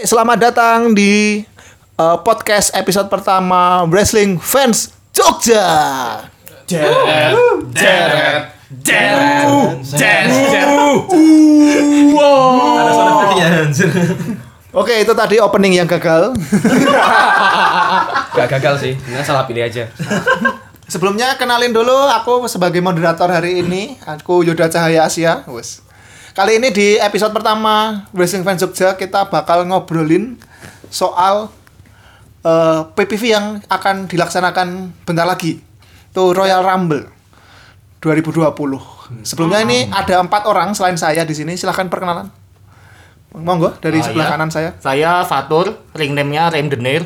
Selamat datang di podcast episode pertama Wrestling Fans Jogja. Jeret. Ada suara pilihan. Oke, itu tadi opening yang gagal. Gak gagal sih, ini salah pilih aja. Sebelumnya kenalin dulu, aku sebagai moderator hari ini, aku Yoda Cahaya Asia. Kali ini di episode pertama Wrestling Fans Jogja kita bakal ngobrolin soal PPV yang akan dilaksanakan bentar lagi. Itu Royal Rumble 2020. Sebelumnya ini ada 4 orang selain saya di sini. Silahkan perkenalan. Monggo dari sebelah kanan saya. Saya Fatur, ring name-nya Rem Denir.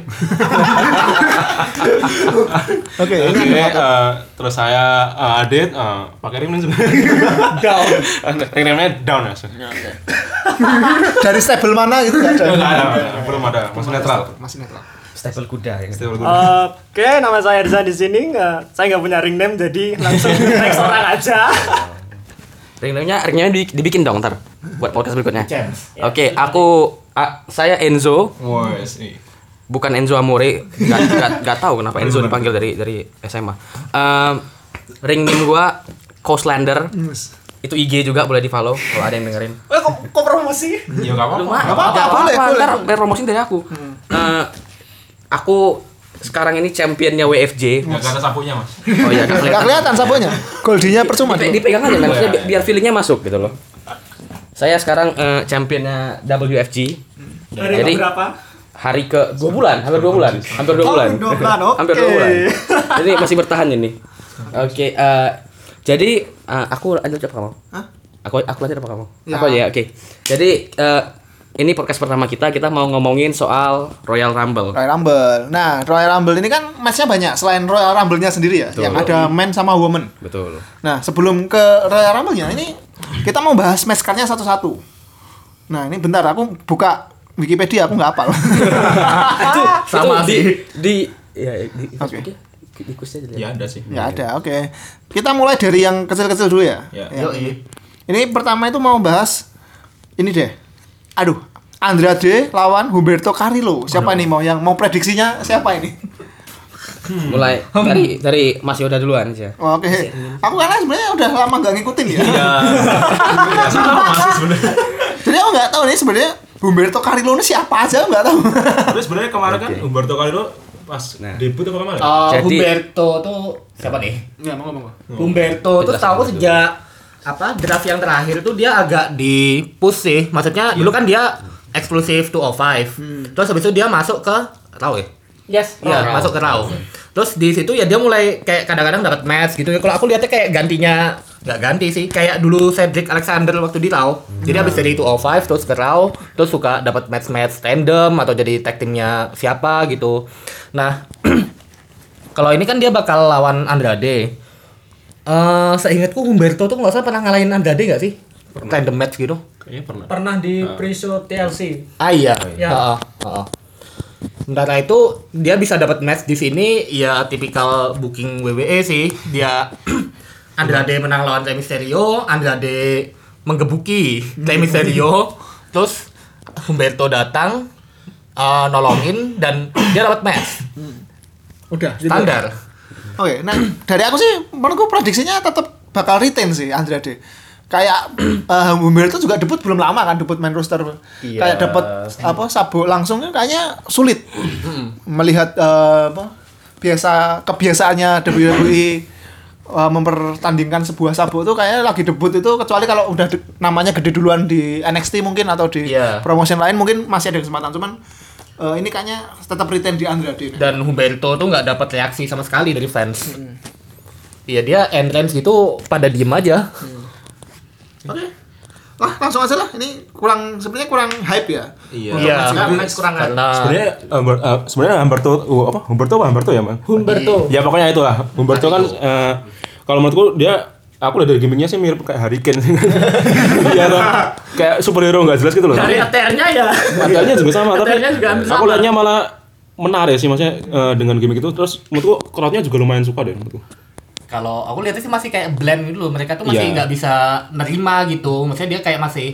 Oke, terus saya Adit, pakai ring name Down. ring name-nya Down ya. dari stable mana gitu enggak ada. Enggak ada, belum ada, masih netral. Masih netral. Stable kuda ya. Oke, nama saya Rizal di sini. Saya nggak punya ring name, jadi langsung next orang aja. Ringnya dibikin dong ntar buat podcast berikutnya. James. Oke, saya Enzo, Wes, bukan Enzo Amore. Gak tahu kenapa Enzo dipanggil dari SMA. Ring name gua Coastlander. Itu IG juga boleh di follow kalau ada yang dengerin. Kok promosi? ya enggak apa-apa. Nggak apa-apa, boleh. Ntar promosiin dari aku. Aku sekarang ini championnya WFJ. Enggak ada sapunya, Mas. Oh iya, Enggak kelihatan sapunya. Goldinya percuma. dipegang aja, maksudnya biar feelingnya masuk gitu loh. Saya sekarang championnya WFG. Dari berapa? Hari ke 2 bulan, hampir 2 bulan. Hampir 2 bulan. 2 bulan, oke. Hampir 2 bulan. Jadi masih bertahan ini. Oke, jadi aku lanjut apa kamu? Hah? Aku lanjut apa kamu? Ya. Aku aja, oke. Jadi ini podcast pertama kita mau ngomongin soal Royal Rumble. Royal Rumble. Nah, Royal Rumble ini kan match-nya banyak selain Royal Rumble-nya sendiri ya, Betul. yang ada men sama woman. Betul. Nah, sebelum ke Royal Rumble-nya ini kita mau bahas match card-nya satu-satu. Nah, ini bentar aku buka Wikipedia, aku nggak hafal. Sama sih. Di Oke. Di quiz aja. Ya ada sih. Ya ada, oke. Kita mulai dari yang kecil-kecil dulu ya. Ya. Yoi. Ini pertama itu mau bahas ini deh. Aduh, Andrade lawan Humberto Carrillo. Siapa ini yang mau prediksinya siapa ini? Mulai dari Mas Yoda duluan aja. Oh, oke. Aku karena sebenarnya udah lama nggak ngikutin ya. Iya. Masih sebenarnya. Jadi aku nggak tahu nih sebenarnya Humberto Carrillo ini siapa aja nggak tahu. Terus sebenarnya kemarin kan Humberto Carrillo pas debut apa kemarin? Jadi- Humberto tuh siapa nih? Ya, mau. Humberto tuh tahu sejak draft yang terakhir tuh dia agak di push sih. Maksudnya dulu kan dia eksklusif 205. Terus habis itu dia masuk ke Raw ya? Yes. Iya, Raw. masuk ke Raw. Terus di situ ya dia mulai kayak kadang-kadang dapat match gitu. Kalau aku lihatnya kayak gantinya nggak ganti sih, kayak dulu Cedric Alexander waktu di Raw. Jadi habis dari 205 terus ke Raw, terus suka dapat match-match random atau jadi tag teamnya siapa gitu. Nah, kalau ini kan dia bakal lawan Andrade. Seingatku Humberto tuh nggak salah pernah ngalahin Andrade nggak sih? Random match gitu. Kayaknya pernah. Pernah di pre-show TLC. Ah iya. Ya. Heeh. Sementara itu dia bisa dapat match di sini ya tipikal booking WWE sih. Dia Andrade menang lawan Rey Mysterio, Andrade menggebuki Rey Mysterio, terus Humberto datang nolongin dan dia dapat match. Udah. gitu. Standar. Oke, nah dari aku sih menurutku prediksinya tetap bakal retain sih Andrade. Kayak Humberto juga debut belum lama kan, debut main roster. Iya. Kayak dapat sabuk langsungnya kayaknya sulit. Melihat kebiasaannya WWE mempertandingkan sebuah sabuk itu kayaknya lagi debut itu, kecuali kalau udah namanya gede duluan di NXT mungkin atau di Iya. promotion lain mungkin masih ada kesempatan, cuman ini kayaknya tetap retain di Andrade. Dan Humberto tuh nggak dapat reaksi sama sekali dari fans. Iya dia entrance gitu pada diem aja. Oke. Lah, langsung aja lah. Ini sebenarnya kurang hype ya. Iya. Untuk Iya. match kurang hype. Karena Sebenarnya Humberto ya, Bang? Humberto. Ya pokoknya itulah. Humberto kan kalau menurutku aku lihat dari gimmicknya sih mirip kayak Hurricane. Iya toh. Kayak superhero nggak jelas gitu loh. Dari ATR-nya ya. Katanya juga sama, tapi ATR-nya juga hampir aku sama. lihatnya malah menarik sih, maksudnya dengan gimmick itu. Terus menurutku crowd-nya juga lumayan suka deh menurutku. kalau aku lihatnya sih masih kayak blend gitu loh. Mereka tuh masih Iya. nggak bisa nerima gitu. Maksudnya dia kayak masih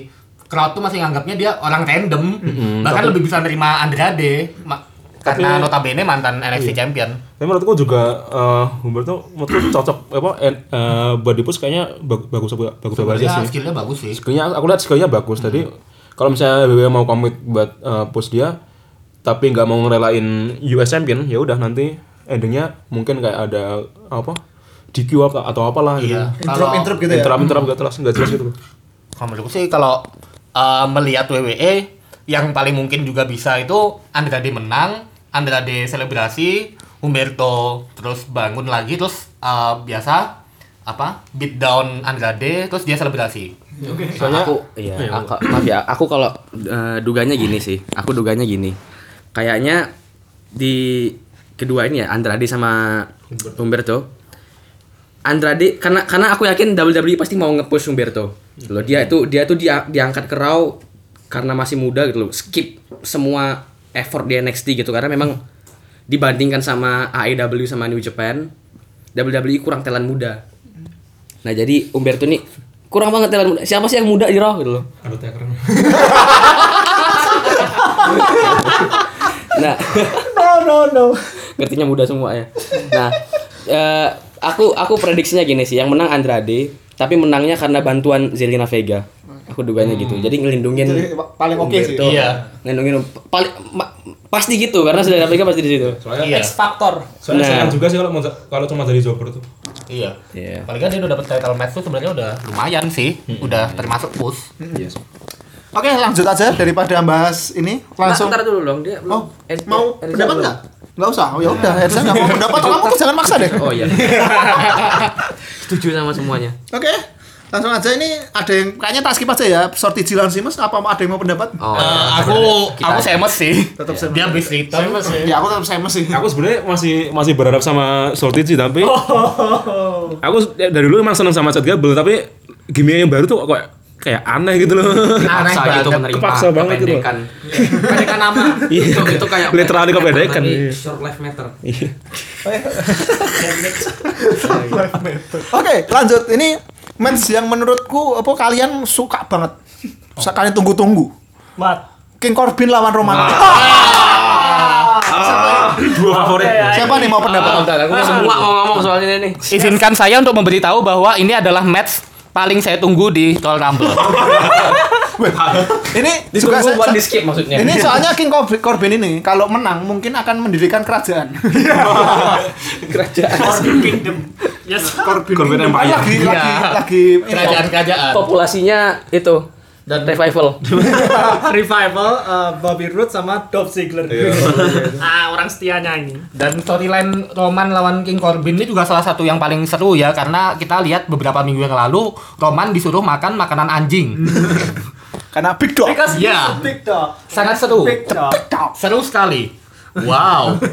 crowd tuh masih nganggapnya dia orang random. Bahkan lebih bisa nerima Andrade karena notabene mantan NXT champion. Tapi menurutku juga Humberto menurutku cocok buat di push kayaknya bagus aja sih. Skillnya bagus sih. Aku lihat skillnya bagus. Tadi kalau misalnya WWE mau komit buat push dia tapi nggak mau ngerelain US champion, ya udah nanti endingnya mungkin kayak ada apa DQ atau apalah gitu. Iya. Interrupt gitu ya. Interrupt nggak jelas gitu. Kalau menurutku sih kalau melihat WWE yang paling mungkin juga bisa itu Andrade menang, Andrade selebrasi, Humberto terus bangun lagi terus biasa beat down Andrade terus dia selebrasi. Soalnya maaf ya, aku kalau duganya gini sih. Aku duganya gini. Kayaknya di kedua ini ya Andrade sama Humberto. Andrade karena aku yakin WWE pasti mau nge-push Humberto. Loh, dia tuh diangkat ke Raw karena masih muda gitu loh. Skip semua effort di NXT gitu karena memang dibandingkan sama AEW sama New Japan, WWE kurang talent muda. Nah, jadi Humberto nih kurang banget talent muda. Siapa sih yang muda di Raw gitu loh? Undertaker. Nah, No. ngertinya muda semua ya. Nah, aku prediksinya gini sih, yang menang Andrade, tapi menangnya karena bantuan Zelina Vega. Aku duganya gitu. Jadi ngelindungin Jadi paling oke sih. Humberto. Iya. Ngelindungin pasti gitu karena Zelina Vega pasti di situ. Iya. X Factor. Soalnya Nah. sayang juga sih kalau cuma dari jobber tuh. Iya. Iya. Paling kan dia udah dapet title match tuh sebenarnya udah lumayan sih. Udah termasuk push. Oke, lanjut aja daripada bahas ini. Langsung. Ntar dulu dong, dia belum. Mau Erza pendapat belum. nggak? Nggak usah. Oh, ya udah, Erza nggak mau pendapat. Kamu tuh jangan maksa deh. Oh iya. Setuju sama semuanya. Oke, langsung aja ini ada yang kayaknya tak skip aja ya. Shorty Jilan Simas apa ada yang mau pendapat? Oh. Aku Seamus sih. Tetap Seamus. Dia habis return. Ya aku tetap Seamus sih. Aku sebenarnya masih berharap sama Shorty sih, tapi aku dari dulu emang seneng sama Chad Gable, tapi gimmick yang baru tuh kayak aneh gitu loh. Aneh Kepaksa gitu banget. menerima Kepaksa banget gitu. kependekan. Mereka nama. Itu kayak Literally kependekan. tapi short life matter. Oke, lanjut. Ini match yang menurutku kalian suka banget. Kalian tunggu-tunggu. Mat. King Corbin lawan Roman. Dua favorit. Siapa nih mau pendapat? Aku semua mau ngomong soal ini nih. Izinkan saya untuk memberitahu bahwa ini adalah match paling saya tunggu di Royal Rumble. Ini Ditunggu juga buat di skip maksudnya. ini soalnya King Corbin ini kalau menang mungkin akan mendirikan kerajaan. kerajaan Kingdom. Yes. Corbin Empire. Lagi Kerajaan-kerajaan. populasinya itu dan revival. Revival Bobby Roode sama Dolph Ziggler. Orang setianya ini. Dan storyline Roman lawan King Corbin ini juga salah satu yang paling seru ya, karena kita lihat beberapa minggu yang lalu Roman disuruh makan makanan anjing. karena big dog. Because he's Yeah. a big dog. Sangat seru. Big dog. Seru sekali. Wow.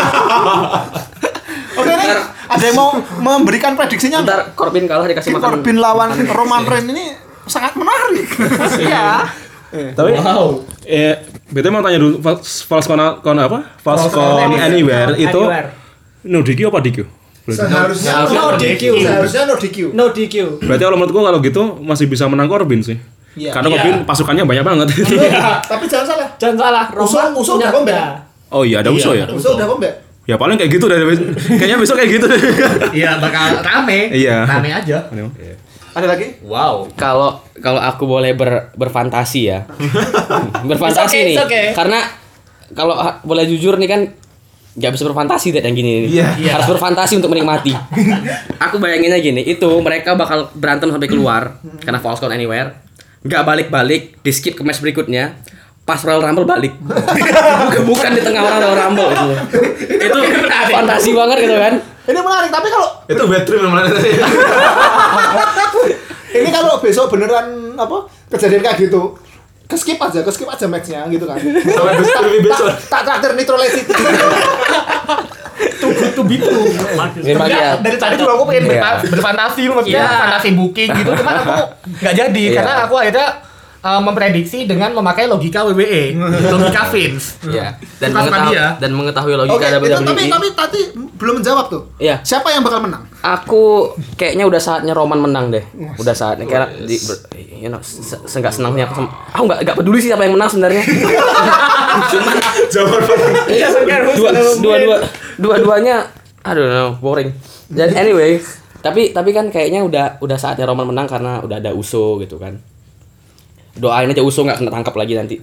Oke nih, ada yang mau memberikan prediksinya nggak? Ntar Corbin kalah dikasih King makan. Corbin lawan Roman Reigns ini sangat menarik. Iya. Tapi bete mau tanya dulu, Falcon apa? Falcon Anywhere itu no DQ apa DQ? Seharusnya No DQ. Seharusnya no DQ. No DQ. Berarti kalau menurut gua kalau gitu masih bisa menang Corbin sih. Iya. Karena Corbin pasukannya banyak banget. Tapi jangan salah. Jangan salah. Usul udah comeback. Oh iya, ada Uso ya? Usul udah comeback. Ya paling kayak gitu deh. Kayaknya besok kayak gitu deh. Iya, bakal rame. Iya. Rame aja. Ada lagi? Wow. Kalau aku boleh berfantasi ya. Berfantasi It's nih. okay. Karena kalau boleh jujur nih kan nggak bisa berfantasi yang gini. Iya. Harus berfantasi untuk menikmati. Aku bayanginnya gini, itu mereka bakal berantem sampai keluar karena Falls Count Anywhere. Nggak balik-balik, di skip ke match berikutnya. Pas Royal Rumble balik. Bukan di tengah Royal Rumble gitu. Itu fantasi banget gitu kan. Ini menarik, tapi kalau Itu bad trip yang mana tadi? ini kalau besok beneran kejadian kayak gitu, keskip aja match-nya gitu kan. Sampai besok. Tak traktir Nitro Legit. Memang ya. Dari tadi juga aku pengen Iya. berfantasi, maksudnya fantasi booking gitu, cuman aku nggak jadi Iya. karena aku akhirnya memprediksi dengan memakai logika WWE, logika Vince. Iya. Dan Suka-suka dia. mengetahui Oke, logika itu WWE. tapi tadi belum menjawab tuh. Iya. Siapa yang bakal menang? Aku kayaknya udah saatnya Roman menang deh. Udah saatnya karena enggak senangnya aku enggak peduli sih siapa yang menang sebenarnya. Cuman dua-duanya aduh boring. Jadi anyway, tapi kan kayaknya udah saatnya Roman menang karena udah ada Uso gitu kan. Doain aja Uso nggak kena tangkap lagi nanti.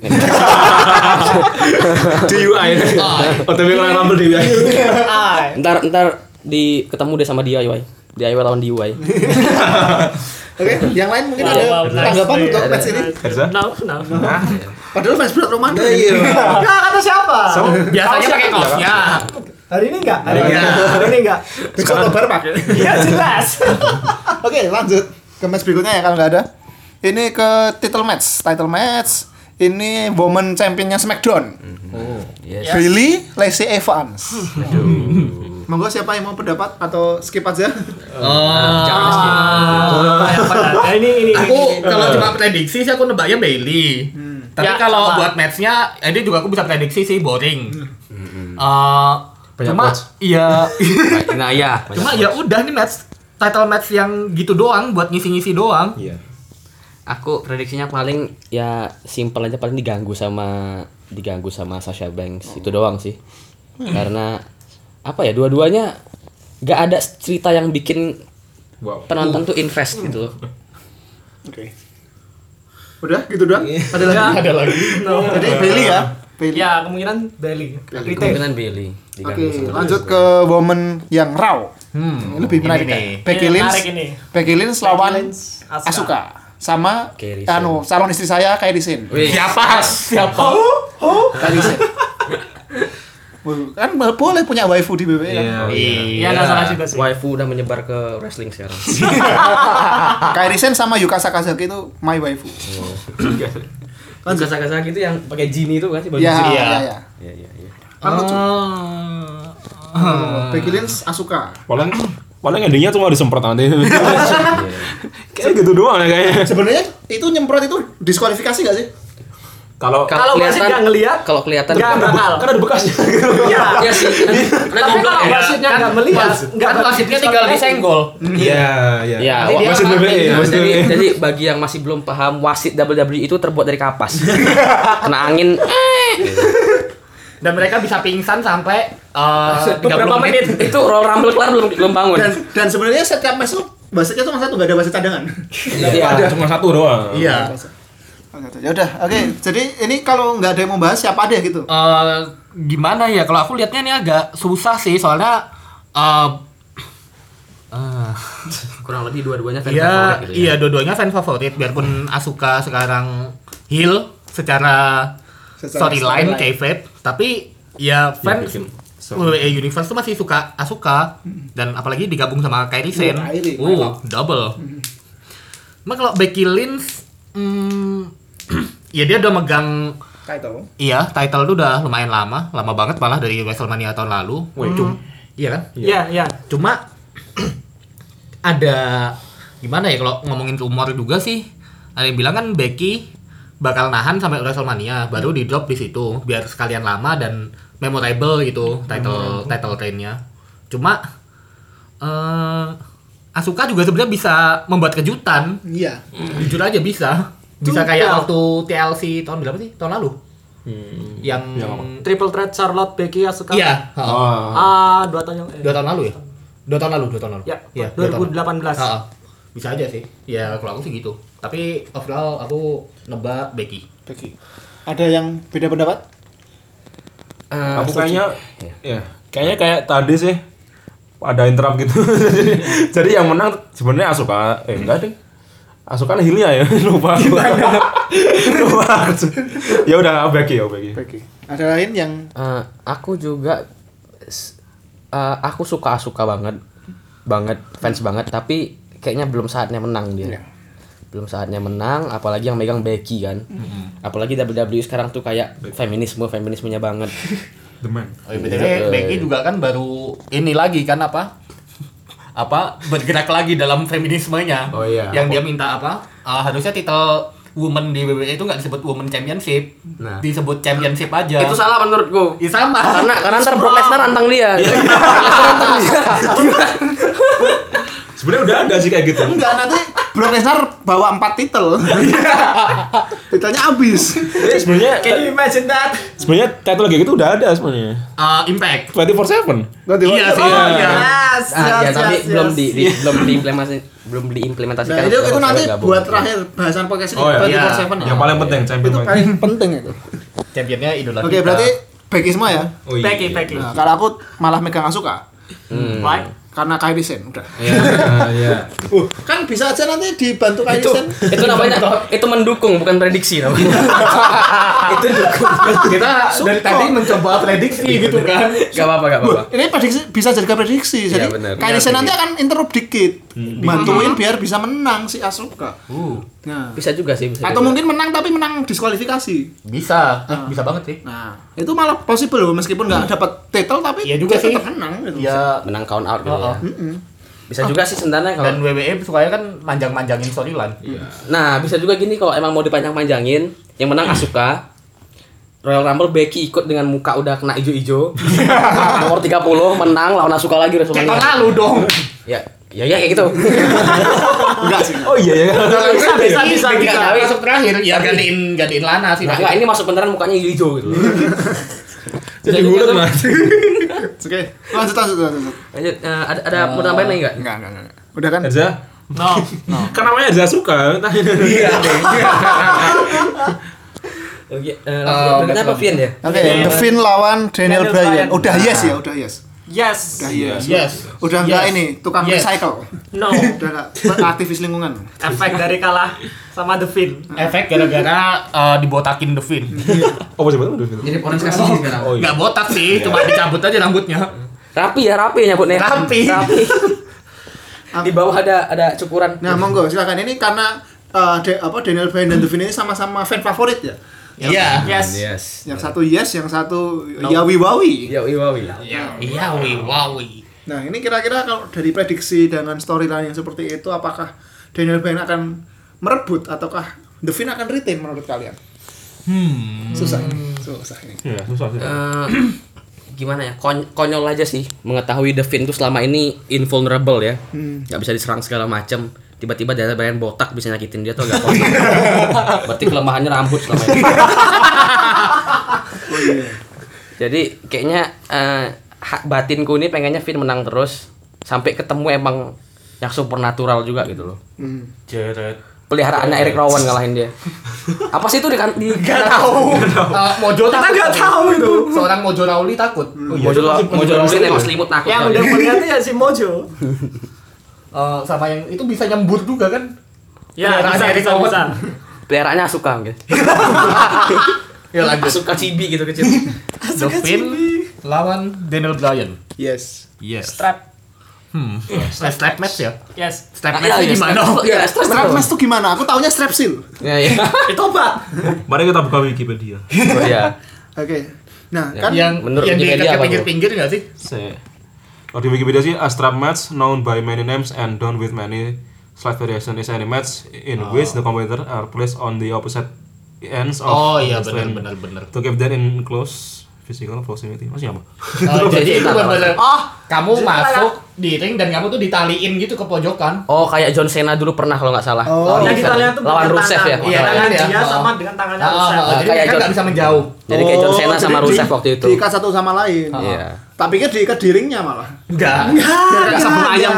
Di UI. OTW kalau ngambil di UI. Ntar ketemu deh sama DIY lawan DIY. Oke, yang lain mungkin ada tanggapan untuk match ini. No. Padahal fans berat Roman. Iya. Enggak kata siapa? Biasanya pakai kaosnya. Hari ini enggak. Besok nobar pakai. Iya jelas. Oke, lanjut ke match berikutnya ya kalau nggak ada. Ini ke title match. Ini Women Championnya SmackDown. Yes. Bayley, Lacey Evans. Monggo siapa yang mau pendapat atau skip aja? Jangan skip. Nah, ini. Aku kalau cuma prediksi sih aku nebaknya Bayley. Tapi Ya, kalau apa? buat matchnya, ini juga aku bisa prediksi sih boring. Banyak Cuma match. iya. Nah ya. Cuma ya udah nih title match yang gitu doang buat ngisi-ngisi doang. Iya. Aku prediksinya paling ya simple aja, paling diganggu sama Sasha Banks itu doang sih. Karena apa ya, dua-duanya gak ada cerita yang bikin Wow. penonton tuh invest gitu loh. Oke. Udah gitu doang? Ada lagi? Ada lagi. Jadi Bayley ya. Bayley. Ya, kemungkinan Bayley. Kemungkinan Bayley diganggu Oke, sama lanjut ke woman yang raw. Ini lebih menarik ini ya. nih. Becky Ini Lynch. menarik ini. Becky Lynch lawan Becky Lynch, Asuka. Asuka. Sama Kairi Sane. calon istri saya Kairi Sane. Wih. Siapa? Kairi Sane. Kan boleh punya waifu di WWE kan. Iya, enggak salah juga sih. Waifu udah menyebar ke wrestling sekarang. Kairi Sane sama Yuka Sakazaki itu my waifu. Sakazaki itu yang pakai Jinny itu kan sih baju Iya, Jinny. iya. Iya. Kan lucu. Becky Lynch Asuka. Paling endingnya cuma disemprot nanti. Kayak gitu doang ya kayaknya. Sebenarnya itu nyemprot itu diskualifikasi gak sih? Kalau Kalau wasit nggak ngelihat, kalau kelihatan nggak bakal. kan ada bekasnya gitu. Iya. Iya sih. Tapi kalau wasitnya nggak melihat, Kan wasitnya tinggal disenggol. Iya. Ya, Wasit WWE, wasit WWE. jadi bagi yang masih belum paham, wasit WWE itu terbuat dari kapas. Kena angin. Dan mereka bisa pingsan sampai 30 Beberapa menit. Itu Royal Rumble kelar belum bangun. Dan sebenarnya setiap match itu wasitnya cuma satu, gak ada wasit cadangan. Iya. Cuma satu doang. Iya. Ya udah, oke. Jadi ini kalau nggak ada yang mau bahas siapa deh gitu. Gimana ya, kalau aku lihatnya ini agak susah sih, soalnya Kurang lebih dua-duanya fan iya, favorit gitu ya. iya dua-duanya fan favorit, biarpun Asuka sekarang heel secara storyline kayfabe, tapi ya fans bikin. WWE Universe tuh masih suka Asuka, dan apalagi digabung sama Kairi Sane. Kairi, Double. Cuma kalau Becky Lynch ya dia udah megang title tuh udah lumayan lama banget, malah dari WrestleMania tahun lalu. Iya kan? Iya. Cuma ada gimana ya, kalau ngomongin rumor juga sih, ada yang bilang kan Becky bakal nahan sampai WrestleMania baru di drop di situ biar sekalian lama dan memorable gitu title reign-nya. Cuma Asuka juga sebenarnya bisa membuat kejutan. Iya. Jujur aja bisa kayak waktu TLC tahun berapa sih? Tahun lalu. Yang Triple Threat Charlotte, Becky, Asuka. iya, 2 tahun yang 2 tahun lalu ya? 2 tahun lalu. Ya, Iya, 2018. Bisa aja sih. Ya kalau aku sih gitu. Tapi overall aku nebak Becky. Ada yang beda pendapat? Aku kayaknya kayak tadi sih ada interrupt gitu. Jadi yang menang sebenarnya Asuka. Enggak deh. Asuka heal-nya ya. Lupa. Ya udah Becky. Ada lain yang Aku juga aku suka Asuka banget fans banget, tapi kayaknya belum saatnya menang dia. Iya. Belum saatnya menang, apalagi yang megang Becky kan. Apalagi WWE sekarang tuh kayak feminismenya banget. The man. Oh, iya, Becky juga kan baru ini lagi kan bergerak lagi dalam feminismenya. Oh, iya. Yang dia minta harusnya titel woman di WWE itu nggak disebut woman championship, disebut championship aja. Itu salah menurutku. Ya sama. Karena ntar Brock Lesnar nantang dia. Sebenarnya udah ada sih kayak gitu. Enggak, nanti Brock Lesnar bawa 4 titel. Titelnya habis. Jadi sebenarnya Can you imagine that? sebenarnya title kayak gitu udah ada sebenarnya. Impact. 24/7. Iya sih. Oh, Iya. yes, Ya tapi yes, belum yes. belum diimplementasikan. Nah, itu Harus nanti gabung. buat terakhir bahasan podcast ini. Oh, iya. 24/7 Yang paling penting champion. itu paling penting itu. Championnya idola Oke, kita. berarti Becky semua ya. Oh iya. Becky. Nah, kalau aku malah megang Asuka Why? karena Kairi Sen udah. Iya. Kan bisa aja nanti dibantu Kairi Itu Sen. itu namanya itu mendukung bukan prediksi namanya. Itu dukung. Kita dari tadi mencoba prediksi gitu kan. Gak apa-apa. Ini prediksi bisa jadi prediksi. Jadi Iya, benar. Kairi Sen nanti akan interrupt dikit. Bantuin biar bisa menang si Asuka. Nah, Bisa juga sih. Bisa atau juga. mungkin menang tapi menang diskualifikasi. Bisa, bisa banget sih. Nah, itu malah possible loh meskipun nggak dapat title tapi Iya juga dia sih. tetap menang gitu. Ya, menang count out gitu Oh, ya. Bisa juga sih sebenarnya dan kalau. WWE sukanya kan manjang-manjangin storyline. Nah, bisa juga gini kalau emang mau dipanjang-panjangin, yang menang Asuka. Royal Rumble Becky ikut dengan muka udah kena ijo-ijo. Nomor 30 menang lawan Asuka lagi Kayak tahun WrestleMania. lalu dong. Ya kayak gitu. Enggak sih. Oh iya ya. Bisa. Tapi besok terakhir ya gantiin Lana sih. Nah, ini masuk beneran mukanya hijau gitu. Jadi bulat Mas. Oke, lanjut. Lanjut, ada mau tambahin lagi enggak? Enggak. Udah kan? Erza. No. Kan namanya Erza suka. Iya deh. Oke, berarti apa Fian ya? Oke, The Finn lawan Daniel Daniel Bryan. Bryan. Udah yes ya, udah yes. Yes. Yes. Udah enggak ini tukang Yes. recycle. No. Udah enggak aktivis lingkungan. Efek dari kalah sama The Finn. Efek gara-gara dibotakin The Finn. Oh masih betul. Jadi orange kasih sekarang. Oh iya. Nggak botak sih, cuma dicabut aja rambutnya. Rapi nyebutnya. Rapi. Di bawah ada cukuran. Nah, monggo silakan ini karena Daniel Bryan dan The Finn ini sama-sama fan favorit ya. Iya. Yes. Yang satu yes, yang satu yawi wawi. Ya wiwawi. Iya, wiwawi. Nah, ini kira-kira kalau dari prediksi dengan storyline yang seperti itu, apakah Daniel Bryan akan merebut ataukah The Finn akan retain menurut kalian? Susah ini. Iya, susah sih. Gimana ya? Konyol aja sih mengetahui The Finn tuh selama ini invulnerable ya. Nggak bisa diserang segala macam. Tiba-tiba Daniel Bryan botak bisa nyakitin dia tuh agak konyol. Berarti kelemahannya rambut selama ini. Jadi kayaknya batinku ini pengennya Finn menang terus sampai ketemu emang yang supernatural juga gitu loh. Jared. Peliharaannya Eric Rowan ngalahin dia. Apa sih itu di Nggak tahu. Mojo Kita takut. nggak tahu itu. Seorang Mojo Rawley takut. Mojo Rawley emang selimut takut. Yang kali. udah melihat ya si Mojo. Sama yang itu bisa nyembur juga kan? Ya, bisa. Peliharaannya Asuka gitu. Ya lanjut. Asuka Chibi gitu kecil. The Finn lawan Daniel Bryan. Yes. Yes. Strap. Strap match ya? Yes. Strap match itu gimana? Iya, Strap match tuh gimana? Aku taunya strap seal. Ya, iya. Itu obat. Mari kita buka Wikipedia. Oh iya. Oke. Nah, kan Yang Menurut diikat Wikipedia ke apa, pinggir-pinggir nggak sih? Oh di Wikipedia sih a strap match known by many names and done with many slight variation is any match in which the competitor are placed on the opposite ends of Oh iya the string benar. to keep them in close physical proximity. Maksudnya apa? Jadi itu benar-benar. Oh, Kamu jadi masuk di ring dan kamu tuh ditaliin gitu ke pojokan. Oh, kayak John Cena dulu pernah kalau nggak salah. Oh, yang kita lihat tuh lawan bagian Rusev tangan. ya. Iya, Tangan tangan ya. dia Oh. sama dengan tangannya Rusev. Jadi kayak mereka nggak bisa menjauh. Jadi kayak John Cena jadi sama Rusev waktu itu. Diikat satu sama lain. Iya. Tak pikir diikat di ringnya malah. Enggak. Biar nggak sambung ayam.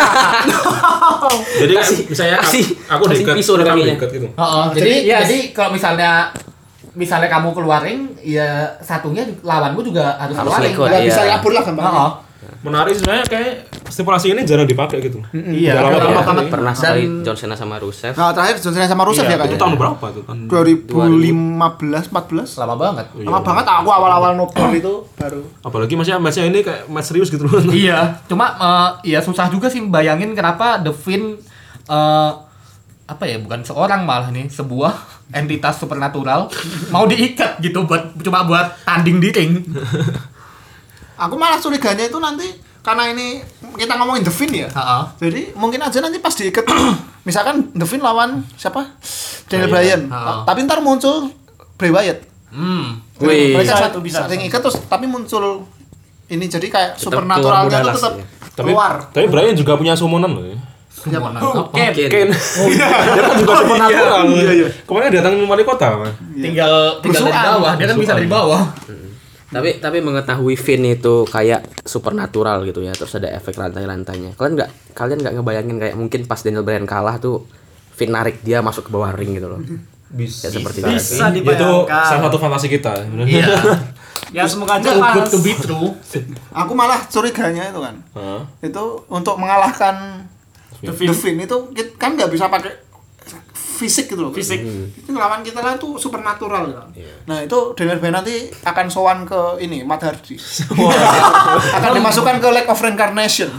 Jadi kan misalnya aku kasih diikat, pisau kamu kakinya. diikat gitu. Jadi kalau misalnya kamu keluar ring, ya satunya lawanmu juga harus Harus keluar ring. ikut, Nggak iya. bisa kabur lah gampangnya. Menarik sebenarnya kayak stipulasi ini jarang dipakai gitu. Iya, Udah lama iya. banget nih. Pernah Dan- sekali John Cena sama Rusev. Nah, terakhir John Cena sama Rusev Iya, ya kan? Itu tahun berapa tuh? Tahun 2015, 14. Lama banget. Lama banget aku awal-awal nobel itu baru. apalagi maksudnya matchnya ini kayak match serius gitu loh. Iya, cuma ya susah juga sih bayangin kenapa The Finn apa ya, bukan seorang malah nih, sebuah entitas supernatural mau diikat gitu cuma buat tanding di ring. Aku malah curiganya itu nanti karena ini kita ngomongin The Finn ya. Heeh. Jadi mungkin aja nanti pas diikat misalkan The Finn lawan siapa? Daniel Bryan. Ha. Tapi ntar muncul Bray Wyatt. Wih. Mereka Bisa. saling ikat terus tapi muncul ini jadi kayak Tetap supernaturalnya keluar tuh Budalas, tetap ya. Tapi keluar. Brian juga punya summonan loh ya. Semua apa? Ken. Ken. Dia kan juga supernatural. Kemarin datang wali kota, Mas. Tinggal dari Berusuhan. bawah, dia kan bisa dari bawah. Tapi mengetahui Finn itu kayak supernatural gitu ya, terus ada efek lantai-lantainya. Kalian nggak ngebayangin kayak mungkin pas Daniel Bryan kalah tuh Finn narik dia masuk ke bawah ring gitu loh. Bisa. Ya seperti Bisa itu. Itu dibayangkan. salah satu fantasi kita. Iya. Ya semoga aja Too good pas. to be true. Aku malah curiganya itu kan. Hah? Itu untuk mengalahkan The Finn itu kan nggak bisa pakai fisik gitu loh. Fisik. Itu lawan kita lah itu supernatural gitu. Nah, itu Daniel Bryan nanti akan sowan ke ini Matt Hardy. Akan dimasukkan ke Lake of Reincarnation.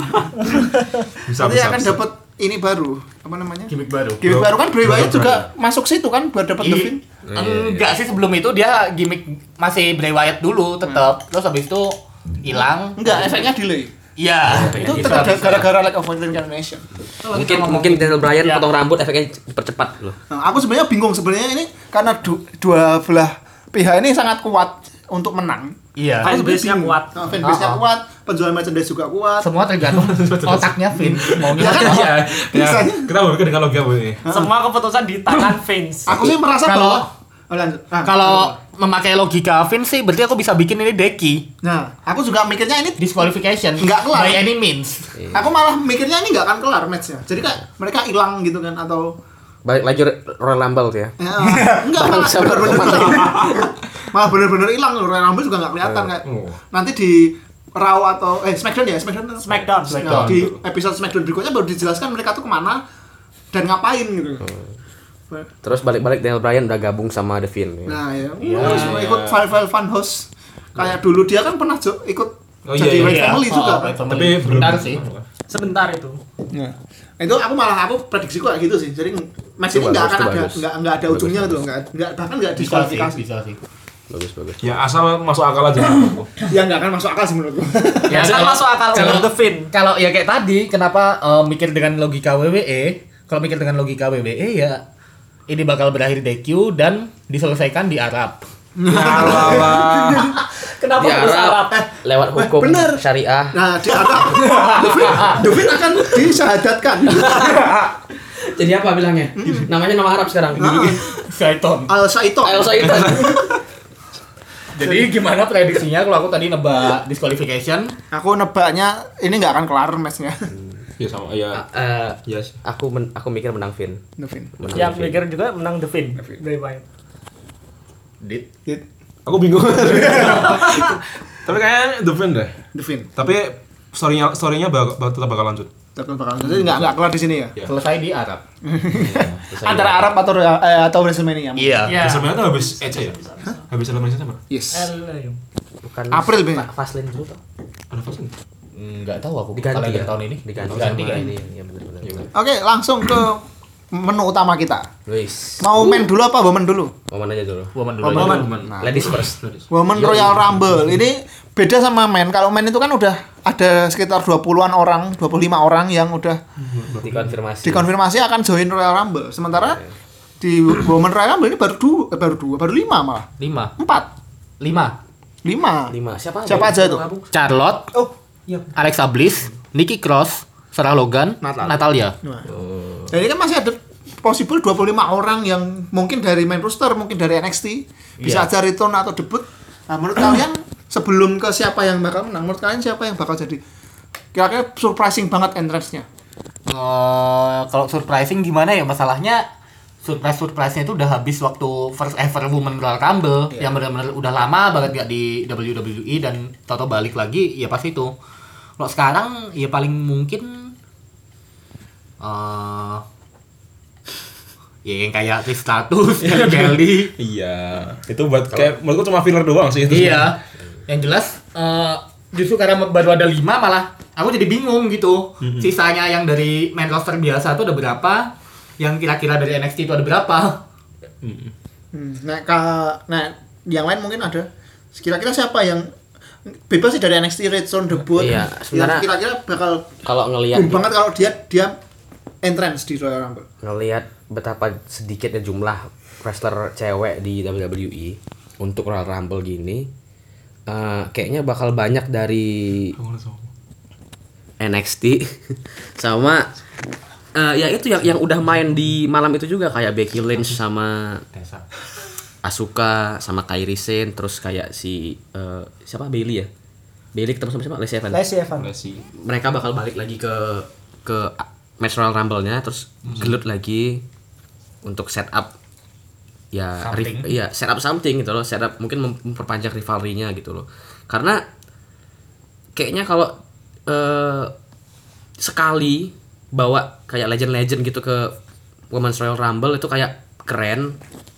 Nanti akan dapat ini baru, apa namanya? Gimik baru. Gimik baru kan Bray Wyatt juga masuk situ kan buat dapat The Finn. Enggak sih, sebelum itu dia gimmick masih Bray Wyatt dulu tetap. Terus habis itu hilang. Enggak, efeknya delay. Iya, Itu tetap gara-gara Lake of Reincarnation. Mungkin Daniel Bryan potong rambut efeknya dipercepat loh. Nah, aku sebenarnya bingung sebenarnya ini karena dua belah pihak ini sangat kuat untuk menang. Iya. Aku sebenarnya Fanbase-nya bingung. kuat. Nah, fanbase-nya kuat, penjualan merchandise juga kuat. Semua tergantung otaknya Vin. Maunya Iya kan? apa. Ya, Biasanya. kita berpikir dengan logika ini. Semua keputusan di tangan fans. Aku sih merasa Kalau- bahwa lanjut. Nah, Kalau memakai logika Vin sih berarti aku bisa bikin ini Deki. nah, aku juga mikirnya ini Disqualification. Enggak kelar. By any means. aku malah mikirnya ini nggak akan kelar matchnya. Jadi kayak mereka hilang gitu kan atau Balik lagi Royal Rumble tuh ya. ya, enggak malah Bangsa bener-bener berteman. hilang. Malah bener-bener hilang loh. Royal Rumble juga nggak kelihatan kayak nanti di Raw atau Smackdown ya Smackdown. Nah, di episode Smackdown berikutnya baru dijelaskan mereka tuh kemana dan ngapain gitu. Terus balik-balik Daniel Bryan udah gabung sama The Finn. Ya. Nah ya, semua ikut File Fun House. Kayak dulu dia kan pernah ikut Oh, iya, jadi iya. White Family juga kan. Tapi benar belum sih. Sebentar itu. Nah, itu aku prediksiku kayak gitu sih. Jadi match ini Itu nggak bagus, akan itu ada bagus. nggak ada ujungnya gitu, nggak bahkan nggak Bisa sih, diskualifikasi. bisa sih. Bagus. ya asal masuk akal aja. Ya nggak akan masuk akal sih menurutku. Ya, saya masuk akal kalau- untuk The Finn. Kalau ya kayak tadi, kenapa mikir dengan logika WWE? Kalau mikir dengan logika WWE ya ini bakal berakhir DQ dan diselesaikan di Arab. Kenapa Di harus Arab Arab? lewat hukum bener. syariah. Nah di Arab, Dovin akan disyahadatkan. Jadi apa bilangnya? Namanya nama Arab sekarang. Saiton. Al Saiton. El Saitan. Jadi gimana prediksinya kalau aku tadi nebak disqualification? Aku nebaknya ini nggak akan kelar matchnya. Ya sama ya. Yes. Aku mikir menang Finn. Dovin. Menang Yang Finn. mikir juga menang The Finn. Bray Wyatt. Dit. Aku bingung. Tapi kayaknya The Finn deh. Dovin. Tapi story-nya tetap bakal lanjut. Tapi bakal jadi nggak kelar di sini ya. Ya. Selesai di Arab. Antara Arab atau WrestleMania. Iya. Ya. Sebenarnya tuh habis Edge ya? Habis WrestleMania sama? Yes. Bukan April, Ben. Fastlane dulu toh. Ada Fastlane? Enggak tahu aku. Diganti kalender ya? tahun ini. Diganti Ganti sama kan. ini. Ya benar. Oke, langsung ke menu utama kita. Wis. Mau men dulu apa woman dulu? Momen aja dulu. Woman dulu. Woman. aja. Ladies first. Women Royal Rumble. Ini beda sama men. Kalau men itu kan udah ada sekitar 20-an orang, 25 orang yang udah Dikonfirmasi. dikonfirmasi akan join Royal Rumble. Sementara di Women Royal Rumble ini baru 5 malah. 5. 4. 5. 5. 5. Siapa Aja tuh? Charlotte, Oh, iya. Alexa Bliss, Nikki Cross, Sarah Logan, Natalia. Dan ini kan masih ada possible 25 orang yang mungkin dari main roster, mungkin dari NXT, bisa aja return atau debut. Nah, menurut kalian sebelum ke siapa yang bakal menang, menurut kalian siapa yang bakal jadi kira-kira surprising banget entrance-nya? Kalau surprising gimana ya masalahnya? Surprise-nya itu udah habis waktu first ever Women Royal Rumble yang benar-benar udah lama banget gak di WWE dan toto balik lagi ya pas itu. Kalau sekarang ya paling mungkin ya yang kayak Trish Stratus, Kelly. Iya. Itu buat kayak menurutku cuma filler doang sih itu. Iya. Yang jelas justru karena baru ada 5 malah aku jadi bingung gitu. Sisanya yang dari main roster biasa tuh ada berapa? Yang kira-kira dari NXT itu ada berapa? Nah, yang lain mungkin ada. Kira-kira siapa yang bebas sih dari NXT return debut? Iya, yang sebenarnya kira-kira bakal kalau ngelihat boom banget kalau dia entrance di Royal Rumble. betapa sedikitnya jumlah wrestler cewek di WWE untuk Royal Rumble gini, kayaknya bakal banyak dari NXT sama ya itu yang udah main di malam itu juga kayak Becky Lynch sama Asuka sama Kairi Sane, terus kayak si siapa Bailey ya? Bailey ketemu sama siapa? Lacey Evans. Mereka bakal balik lagi ke match Royal Rumble-nya, terus gelut lagi untuk setup ya setup something gitu loh, setup mungkin memperpanjang rivalry-nya gitu loh. Karena kayaknya kalau sekali bawa kayak legend-legend gitu ke Women's Royal Rumble itu kayak keren.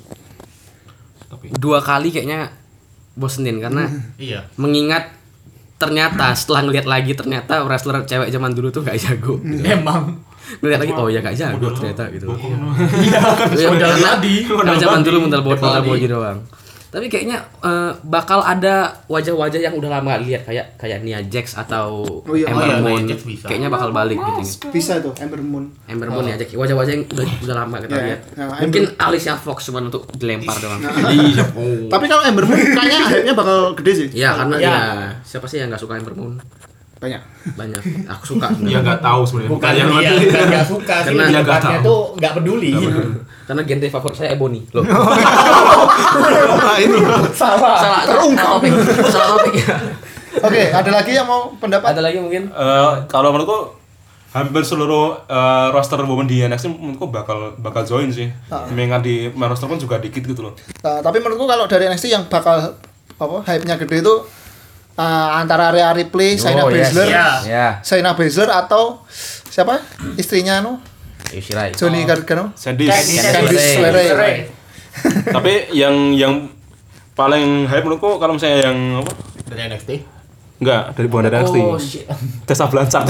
Dua kali kayaknya bosenin karena mengingat ternyata setelah ngeliat lagi ternyata wrestler cewek zaman dulu tuh gak jago. Emang Ngeliat lagi oh ya gak jago ternyata gitu. udah tadi. Karena zaman dulu mental boji doang. Tapi kayaknya bakal ada wajah-wajah yang udah lama gak lihat kayak Nia Jax atau Ember Moon. Nia Jax bisa. Kayaknya bakal balik gitu. Bisa tuh Ember Moon. Ember Moon ya, wajah-wajah yang udah lama kita lihat. Mungkin Alicia Fox cuma untuk dilempar doang. Tapi kalau Ember Moon kayaknya hype-nya bakal gede sih. Iya karena ya siapa sih yang nggak suka Ember Moon? Banyak. Aku suka. Ya nggak tahu sebenarnya. Bukan dia nggak suka sih, Karena dia nggak tempatnya tahu. tuh nggak peduli. Karena genre favorit saya Ebony. Loh. Nah, itu. Salah terungkap. Salah topik. Oke, ada lagi yang mau pendapat? Ada lagi mungkin? Kalau menurutku hampir seluruh roster women di NXT menurutku bakal join sih. Mengingat di main roster pun juga dikit gitu loh. Nah, tapi menurutku kalau dari NXT yang bakal hype-nya gede itu antara Rhea Ripley, Shayna Baszler, Shayna Baszler atau siapa? Istrinya Yoshirai. Johnny Gargano. Candice LeRae. Tapi yang paling hype menurutku kalau misalnya yang apa? Dari NXT. Enggak, bukan dari NXT. Oh shit. Tessa Blanchard.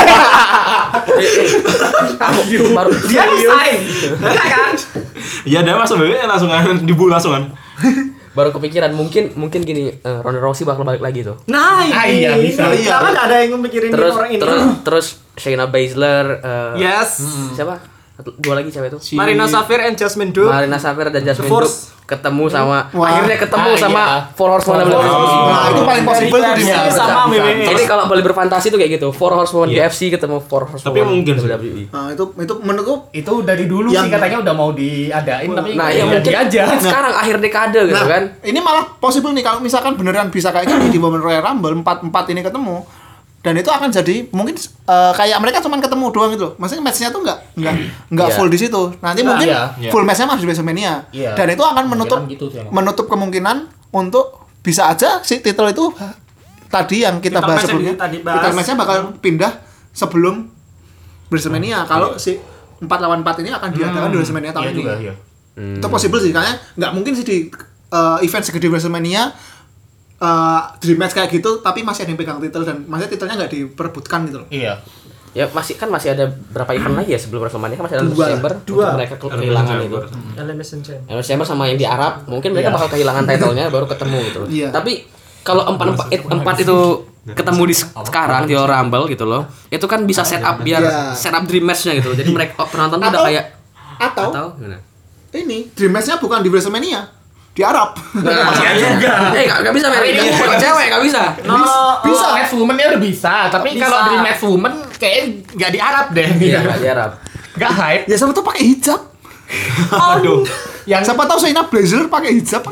Baru Dia resign. Enggak kan? Iya, dia masuk WWE langsung dibully langsung kan. baru kepikiran mungkin gini Ronda Rousey bakal balik lagi tuh. Nah, iya, bisa. Kenapa enggak ada yang mikirin Terus orang ini? terus Shayna Baszler Yes. siapa? Dua lagi siapa itu? Marina Safir and Jasmine Duke. Marina Safir dan Jasmine The Duke Force. ketemu sama Wah. akhirnya ketemu sama iya. Four Horsewoman WWE. Nah, itu paling possible tuh di Iya, sama WWE. Jadi kalau boleh berfantasi tuh kayak gitu, Four Horsewoman UFC ketemu Four Horsewoman Tapi mungkin sih. WWE. Nah, itu menurutku Itu dari dulu Yang- sih katanya udah mau diadain tapi Nah, ya ya mungkin jadi aja. kan sekarang akhir dekade gitu kan. ini malah possible nih kalau misalkan beneran bisa kayak gini di Women Royal Rumble 4-4 ini ketemu. Dan itu akan jadi mungkin kayak mereka cuma ketemu doang gitu loh. Maksudnya match-nya tuh enggak Iya. full di situ. Nanti Nah, mungkin iya. full match-nya masih di WrestleMania. Iya. Dan itu akan menutup Mungkin gitu sih emang. menutup kemungkinan untuk bisa aja si title itu tadi yang kita Title bahas match yang sebelumnya. tadi bahas. Title match-nya bakal pindah sebelum WrestleMania. Kalau si 4 lawan 4 ini akan diadakan di WrestleMania tahun Iya ini. juga, iya. Itu possible sih, kayaknya nggak mungkin sih di event segede WrestleMania dream match kayak gitu, tapi masih ada yang pegang title dan masih titelnya nggak diperebutkan gitu loh. Iya. Ya masih ada berapa event lagi ya sebelum WrestleMania kan masih ada Dua. Chamber Dua. untuk mereka kehilangan itu. Elimination Chamber. Elimination Chamber sama yang di Arab, mungkin mereka Iya. bakal kehilangan title-nya baru ketemu gitu loh. Iya. Tapi kalau empat itu ketemu di sekarang di Royal Rumble gitu loh, itu kan bisa set up biar Iya. set up dream match-nya gitu. Jadi mereka penonton tuh udah Atau- kayak Atau gimana? ini dream match-nya bukan di WrestleMania, di Arab. Nggak bisa Mary. Cewek nggak bisa. Bisa. Match woman-nya udah bisa, tapi Bisa. kalau dari match woman kayaknya nggak di Arab deh. Iya nggak di Arab. Nggak hype. Ya sama tuh pakai hijab. Aduh. Yang Siapa tahu Shayna Baszler pakai hijab.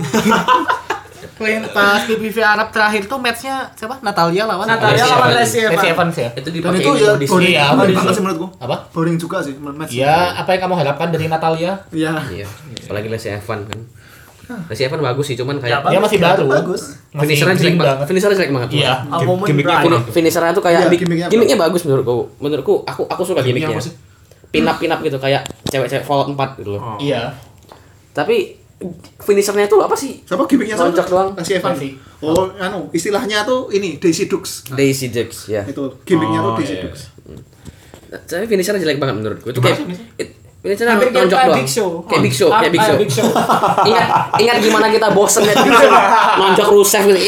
pas PPV Arab terakhir tuh match-nya siapa? Natalia lawan Natalia lawan Lacey Evans. Evans ya. Itu Dan dipakai itu ya di boring, Iya, boring audisi. banget sih menurutku. Apa? Boring juga sih match. Ya, apa yang kamu harapkan dari Natalia? Iya. Iya, apalagi Lacey Evans kan. Lacey Evans bagus sih, cuman kayak Dia masih baru. Bagus. finishernya jelek banget. Finishernya jelek banget. Iya. A woman Gimmicknya bride. Finishernya tuh kayak Iya, gimmicknya gimmicknya bagus menurutku. Aku suka gimmicknya. Pin-up gitu kayak cewek-cewek Fallout 4 gitu loh. Iya. Tapi finishernya tuh apa sih? Siapa gimmicknya sama? Lonjok doang. Si Evan. Masih. Oh, istilahnya tuh ini Daisy Dukes. Daisy Dukes ya. Itu gimmicknya tuh Oh, Daisy iya. Dukes. Tapi finishernya jelek banget menurutku. Itu kayak finishernya Hampir kayak lonjok doang. Big Show. Kayak Big Show, kayak Big Show. Big Show. ingat gimana kita bosen liat Big Show nonjok Rusev gitu.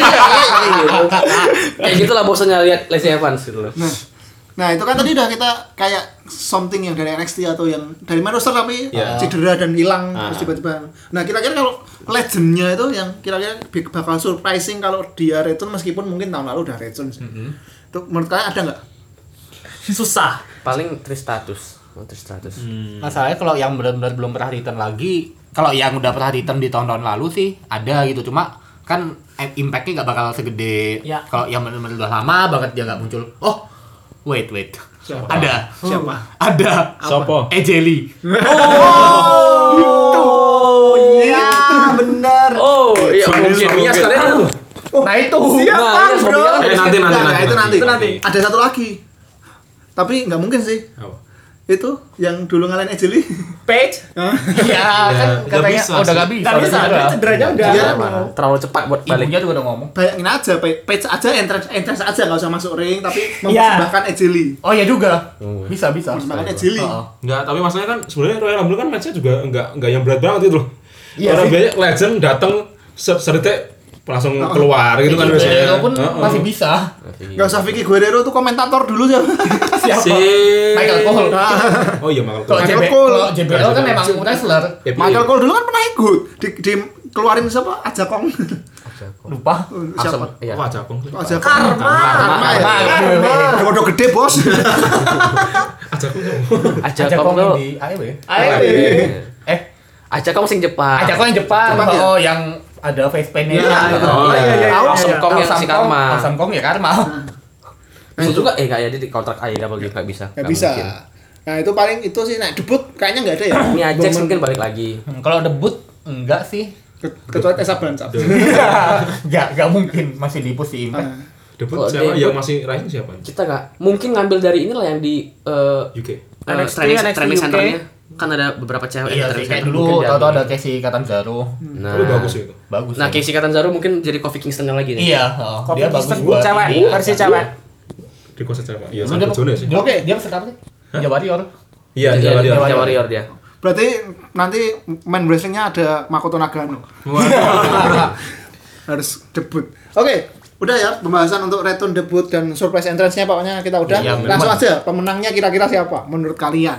Kayak gitulah bosennya lihat Lacey Evans gitu loh. Nah itu kan tadi udah kita kayak something yang dari NXT atau yang dari main roster tapi Iya. cedera dan hilang terus tiba-tiba. Nah kira-kira kalau legendnya itu yang kira-kira bakal surprising kalau dia return meskipun mungkin tahun lalu udah return sih. Itu menurut kalian ada nggak? Susah. Paling Tristatus. Terus 100. Masalahnya kalau yang benar-benar belum pernah return lagi, kalau yang udah pernah return di tahun-tahun lalu sih ada gitu, cuma kan impact-nya nggak bakal segede Ya. kalau yang benar-benar udah lama banget dia nggak muncul. Oh, wait. Siapa? Ada. Siapa? Ada. Sopo? Ejeli. Oh iya bener. Oh, iya mungkin. Iya sekalian itu. Nah itu. Nah, iya Sophia kan nanti. Nah, itu nanti. Itu nanti. Ada satu lagi. Tapi nggak mungkin sih. Apa? Itu yang dulu ngalahin Ejeli. Page. Iya kan nggak katanya bisa udah sih. nggak bisa. Nggak bisa, udah cedera. cederanya udah. Iya. terlalu cepat buat balik. Ibunya juga udah ngomong. Bayangin aja, page aja entrance aja nggak usah masuk ring, tapi Iya. mempersembahkan Ejeli. Oh iya juga. Bisa. Mempersembahkan Ejeli. Oh. Enggak, tapi masalahnya kan sebenarnya Royal Rumble kan match-nya juga enggak yang berat banget gitu loh. Iya Orang sih. banyak legend datang sedetik langsung keluar gitu kan biasanya. Itu pun Heeh. masih bisa. Nggak usah Vicky Guerrero tuh komentator dulu siapa? Siapa? Si Michael Cole. Oh iya Michael Kalau Cole. Michael Cole. kalau JBL kan emang wrestler. Michael Cole dulu kan pernah ikut di keluarin siapa? Ajakong. Lupa. Siapa? Iya. Wah, Jakong. Ajakong. Karma. Karma ya. Karma. Bodoh gede, Bos. Jakong. Aja Ajak kamu tuh. di AEW. Aja kamu sing Jepang. Ajak yang Jepang. Jepang ya? Oh, yang ada face paint-nya. Iya, itu. Oh, iya. Awesome Kong yang si Karma. Awesome Kong ya Karma. Bisa juga enggak ya di kontrak AEW enggak bisa. Nggak bisa. mungkin. Nah, itu paling itu sih. Nah, debut kayaknya nggak ada ya. Ini Ajax Momen- mungkin balik lagi. Kalau debut enggak sih. Kecuali Tessa Blanchard. Enggak mungkin masih di push di Impact. Debut Kalau siapa? debut- Yang masih rising siapa? Kita enggak mungkin ngambil dari inilah yang di UK. NXT, training UK. centernya kan ada beberapa cewek Iya yang sih, training kayak center, dulu mungkin tau-tau diambil. ada Casey Catanzaro. Nah, Tapi bagus ya itu. Bagus. Nah, Casey Catanzaro mungkin jadi Kofi Kingston lagi nih. Iya, dia bagus buat cewek, ini. versi cewek. Di kuasa siapa? Iya, Dia- sama Jones sih. Oke. Dia peserta apa sih? Ninja Warrior. Iya, Dia Jawa dia. Ninja Warrior dia. Berarti nanti main wrestlingnya ada Makoto Nagano. Harus debut. Oke, udah ya pembahasan untuk return debut dan surprise entrance-nya pokoknya kita udah. Iya, Langsung bener. aja pemenangnya kira-kira siapa menurut kalian?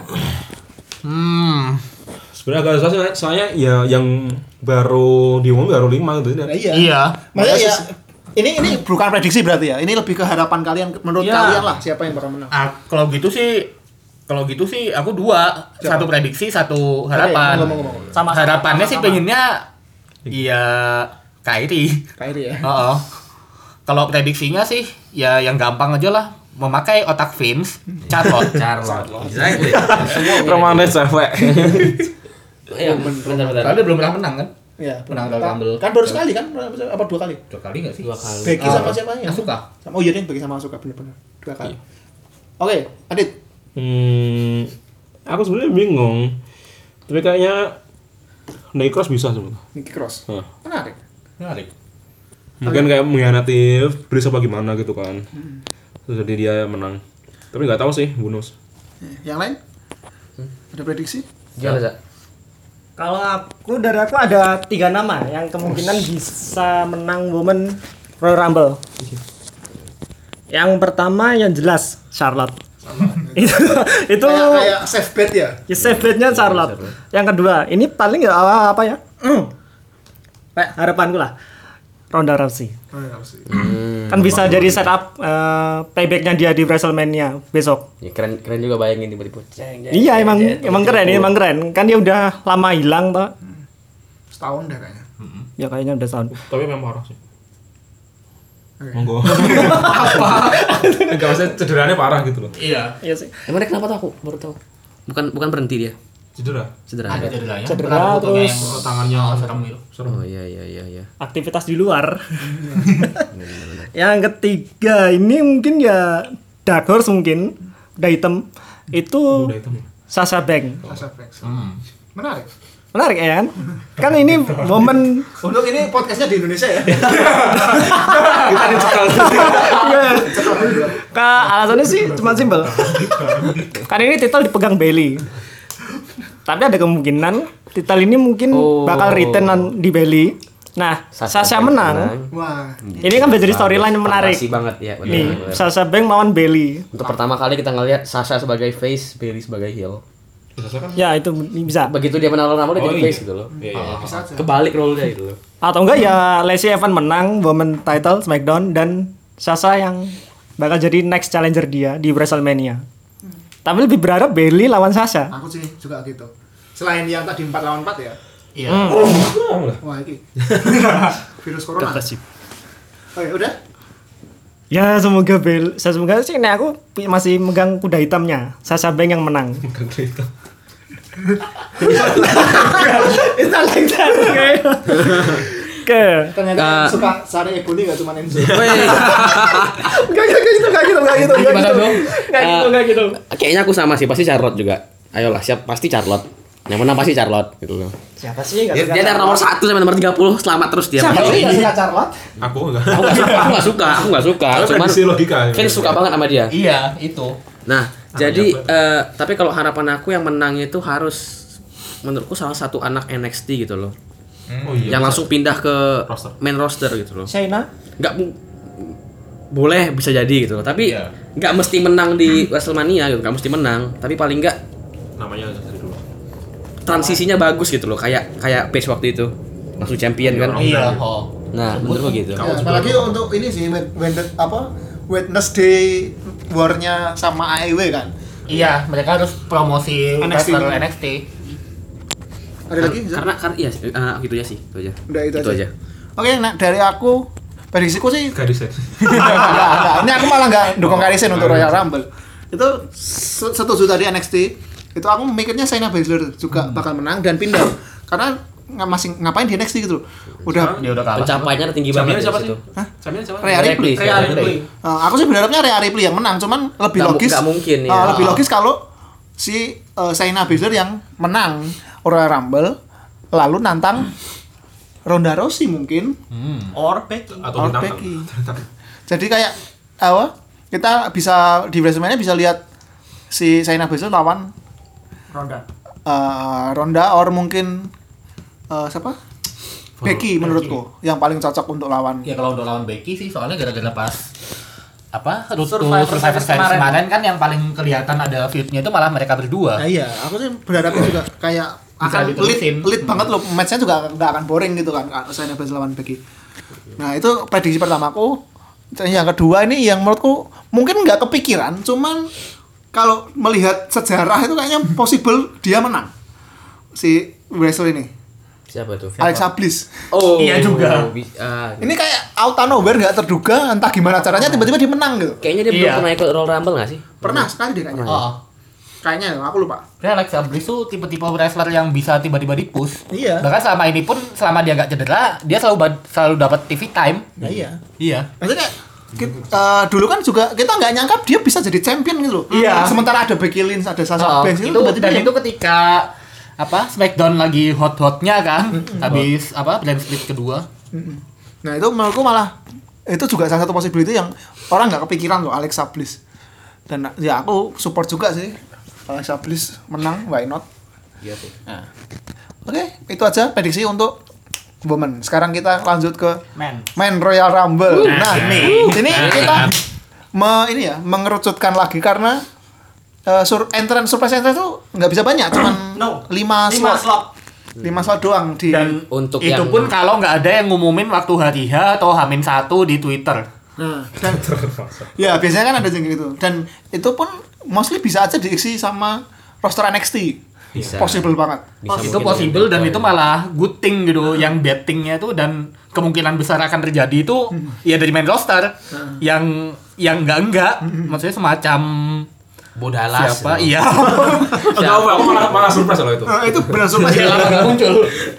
Sebenarnya agak susah sih, soalnya ya yang baru diumum baru 5 gitu. Nah, iya. Iya. Maksudnya ya ini bukan prediksi berarti ya. Ini lebih ke harapan kalian menurut Iya. kalian lah siapa yang bakal menang. Kalau gitu sih aku dua, Siapa? satu prediksi, satu harapan. Oke, ngomong. Sama harapannya sih pengennya iya Kairi. Kairi ya. Heeh. Kalau prediksinya sih ya yang gampang aja lah, memakai otak Vince, Charlotte. Exactly. Romanes cewek. Iya, bentar-bentar. Karena dia belum pernah menang kan? Iya. Menang Royal Rumble. Kan baru sekali kan? Apa 2 kali? 2 kali enggak sih? 2 kali. Becky sama siapa ya? Asuka. Sama, oh iya deh, Becky sama Asuka bener-bener 2 kali. Oke, Adit. Aku sebenarnya bingung. Tapi kayaknya Nikki Cross bisa sebenarnya. Nikki Cross. Hah. Menarik. Menarik. Mungkin kayak mengkhianati Brice apa gimana gitu kan. Terus jadi dia menang. Tapi nggak tahu sih, bonus. Yang lain? Ada prediksi? Gimana, Za? Kalau dari aku ada 3 nama yang kemungkinan bisa menang Women Royal Rumble. Yang pertama yang jelas Charlotte. itu Kayak safe bet ya. ya safe bet-nya Charlotte. Yang kedua, ini paling ya apa ya? Kayak harapanku lah. Ronda Rousey. Kan bisa jadi setup payback-nya dia di WrestleMania besok. Ya keren juga bayangin tiba-tiba. Iya emang keren. Kan dia udah lama hilang toh. Setahun dah kayaknya. Ya kayaknya udah tahun. Tapi memang parah sih. Monggo. Apa? Enggak usah cederanya parah gitu loh. Iya. Iya sih. Emangnya kenapa tuh aku baru tahu? Bukan berhenti dia. Cedera. Cedera. Ada cederanya. Cedera, terus tangannya serem gitu. Oh iya. Aktivitas di luar. Yang ketiga ini mungkin ya Dark Horse mungkin udah hitam itu Udah itu. Sasha Banks. Sasha Banks. Menarik. Menarik ya kan? Kan ini momen Untuk ini podcastnya di Indonesia ya. Kita dicekal. alasannya sih cuma simpel. Kan ini titel dipegang Bailey. Tapi ada kemungkinan titel ini mungkin bakal return di Bailey. Nah, Sasha menang. Wah. Ini kan menjadi storyline yang menarik. Fantasi banget ya. Nih, Benar. Sasha Banks lawan Bailey. Untuk pertama kali kita ngelihat Sasha sebagai face, Bailey sebagai heel. Ya itu bisa. Begitu dia menang Rumble dia jadi iya. face gitu loh. Iya. Bisa aja. Kebalik role-nya gitu loh. Atau enggak ya Lacey Evans menang Women title SmackDown dan Sasha yang bakal jadi next challenger dia di WrestleMania. Tapi lebih berharap Bailey lawan Sasha. Aku sih juga gitu. Selain yang tadi 4 lawan 4 ya. Iya. Wah, ini. Virus corona. Oke, udah. Ya semoga semoga sih nek aku masih megang kuda hitamnya. Sasha Banks yang menang. Itu lagi Oke. Ternyata suka Sari Ebony enggak cuma Enzo. Enggak gitu. Kayaknya aku sama sih, pasti Charlotte juga. Ayolah, pasti Charlotte. Yang menang pasti Charlotte gitu loh. Siapa sih Dia dari nomor 1 sampai nomor 30 selamat terus dia. Siapa sih enggak suka Charlotte? Aku enggak. Aku enggak suka. Cuman prediksi logika. Vince suka banget sama dia. Iya, itu. Nah, jadi tapi kalau harapan aku yang menang itu harus menurutku salah satu anak NXT gitu loh. Oh iya. Yang langsung pindah ke Roster. main roster gitu loh. Shayna? Boleh bisa jadi gitu loh. Tapi Iya. nggak mesti menang di WrestleMania gitu, nggak mesti menang. Tapi paling nggak Namanya dari dulu. transisinya bagus gitu loh. Kayak Paige waktu itu langsung champion kan. Iya. Nah, menurutku gitu. Ya, apalagi untuk ini sih Wednesday war-nya sama AEW kan. Iya, mereka harus promosi NXT. wrestler NXT. Ada lagi? Zak? Karena iya gitu ya sih, itu aja. Udah itu aja. Oke, nah dari aku prediksiku sih Gadis ya. enggak. Ini aku malah enggak dukung Karisen untuk Royal Rumble. Itu setuju tadi NXT. Itu aku mikirnya Shayna Baszler juga bakal menang dan pindah. Karena masih ngapain di NXT gitu loh. Udah Dia udah kalah. Pencapaiannya tinggi Championnya banget siapa di sih? situ. Championnya siapa? Rhea Ripley. Rhea Ripley. Aku sih berharapnya Rhea Ripley yang menang, cuman lebih Nggak logis. nggak mungkin, ya. Lebih logis kalau si Shayna Baszler yang menang Royal Rumble lalu nantang Ronda Rousey mungkin Or Becky. Atau or bintang Becky. Jadi kayak kita bisa di WrestleMania bisa lihat si Shayna Baszler lawan Ronda or mungkin siapa? Becky menurutku yang paling cocok untuk lawan. Ya kalau untuk lawan Becky sih soalnya gara-gara pas Survivor Survivor Series Series kemarin kan yang paling kelihatan ada feud-nya itu malah mereka berdua. Nah, iya, aku sih berharapnya juga kayak Bisa akan diterusin. lead banget loh. Match-nya juga nggak akan boring gitu kan Shayna Baszler lawan Becky. Nah, itu prediksi pertamaku. Yang kedua ini yang menurutku mungkin nggak kepikiran, cuman kalau melihat sejarah itu kayaknya possible dia menang. Si wrestler ini, Siapa tuh? Alexa Bliss. Oh, Iya juga. Ini kayak out of nowhere nggak terduga, entah gimana caranya tiba-tiba dia menang gitu. Kayaknya dia Iya. belum pernah ikut Royal Rumble nggak sih? Pernah sekali dia kayaknya. Oh. Kayaknya aku lupa. Karena Alexa Bliss tuh tipe-tipe wrestler yang bisa tiba-tiba di-push. Iya. Bahkan selama ini pun selama dia gak cedera, dia selalu dapat TV time. Nah, iya. Iya. Maksudnya dulu kan juga kita nggak nyangka dia bisa jadi champion gitu loh. Iya. Sementara ada Becky Lynch, ada Sasha Banks itu tiba-tiba dan dia- itu ketika Smackdown lagi hot-hotnya kan, habis brand split kedua. Nah itu menurutku malah itu juga salah satu possibility yang orang nggak kepikiran loh, Alexa Bliss. Dan ya aku support juga sih Alexa Bliss menang, why not? Iya sih. Nah. Oke, itu aja prediksi untuk women. Sekarang kita lanjut ke Men Royal Rumble. Nah, ini kita mengerucutkan lagi karena surprise entrance tuh nggak bisa banyak, cuman 5 slot. 5 slot doang di Dan Untuk itu yang- pun kalau nggak ada yang ngumumin waktu hari H atau H-1 di Twitter. Nah, dan ya biasanya kan ada yang gitu. Dan itu pun mostly bisa aja diisi sama roster NXT. Bisa. Possible banget. Bisa Itu mungkin possible dan dari itu malah good thing gitu. Yang bad thing-nya itu dan kemungkinan besar akan terjadi itu ya dari main roster yang enggak. Maksudnya semacam Bodalas. siapa? gitu. Iya. Enggak apa, aku malah surprise loh itu. Nah, itu benar surprise. Dia lama nggak muncul.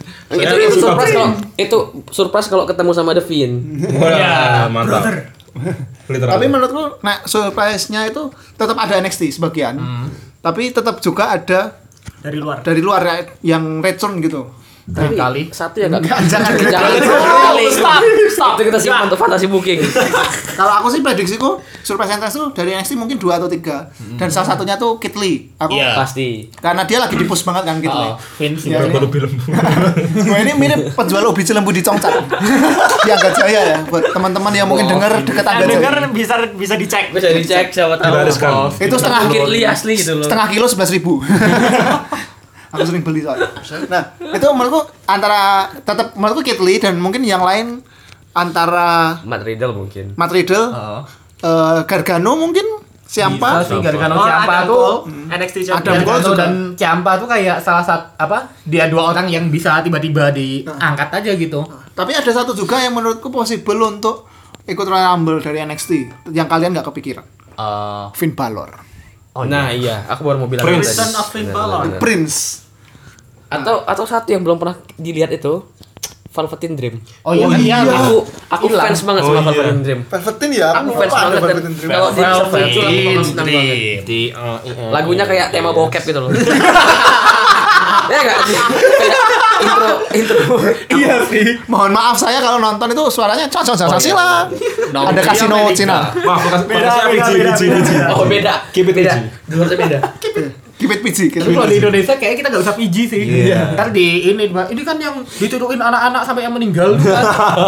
Itu surprise kalau ketemu sama Devin. Wah, mantap. Literal. Tapi menurutku nah surprise-nya itu tetap ada NXT sebagian. Tapi tetap juga ada Dari luar. dari luar yang return gitu. Tapi kali. satu ya enggak. Jangan kali. Stop. Itu kita simpan untuk fantasi booking. Kalau aku sih prediksiku surprise entrance tuh dari NXT mungkin 2 atau 3. Dan salah satunya tuh Kid Lee. Aku Iya. Pasti. karena dia lagi di-push banget kan Kid Lee. Vince Ya, juga. ini- Wah, ini mirip penjual ubi cilembu di Congcat. Di Angga Jaya ya, buat teman-teman yang mungkin dengar deket Angga Dengar Jaya. bisa dicek. Bisa dicek siapa tahu. Dilariskan. Itu setengah Mungkin Lee asli gitu loh. setengah kilo 11.000. Aku sering beli soalnya. Nah, itu menurutku tetap menurutku Kid Lee dan mungkin yang lain antara Matt Riddle mungkin. Matt Riddle, Gargano mungkin Ciampa, Bisa sih, Gargano Oh, Ciampa Adam tuh. Cole, NXT Adam Champion. Cole Gargano juga. dan Ciampa tuh kayak salah satu dia dua orang yang bisa tiba-tiba diangkat aja gitu. Tapi ada satu juga yang menurutku possible untuk ikut Royal Rumble dari NXT yang kalian nggak kepikiran. Finn Balor, Nah iya, aku baru mau bilang Prince. itu tadi. Return of Finn Balor. Benar. Prince. Atau satu yang belum pernah dilihat itu Velveteen Dream. Oh iya, iya. Aku Hilang. fans banget Oh, sama iya. Velveteen Dream. Velveteen ya, Aku fans lupa ada banget dan Velveteen Dream. kalau di episode muncul aku bakal senang banget. Di Lagunya kayak tema bokep gitu loh. Ya enggak? Intro. Iya sih. Mohon maaf saya kalau nonton itu suaranya cocok sila. Ada kasino Cina. Maaf, Beda. Oh beda. Keep it beda. PG. Dulu beda. Kipit PG. Tapi kalau di Indonesia kayaknya kita nggak usah PG sih. Iya. Ntar di ini kan yang dituduhin anak-anak sampai yang meninggal kan.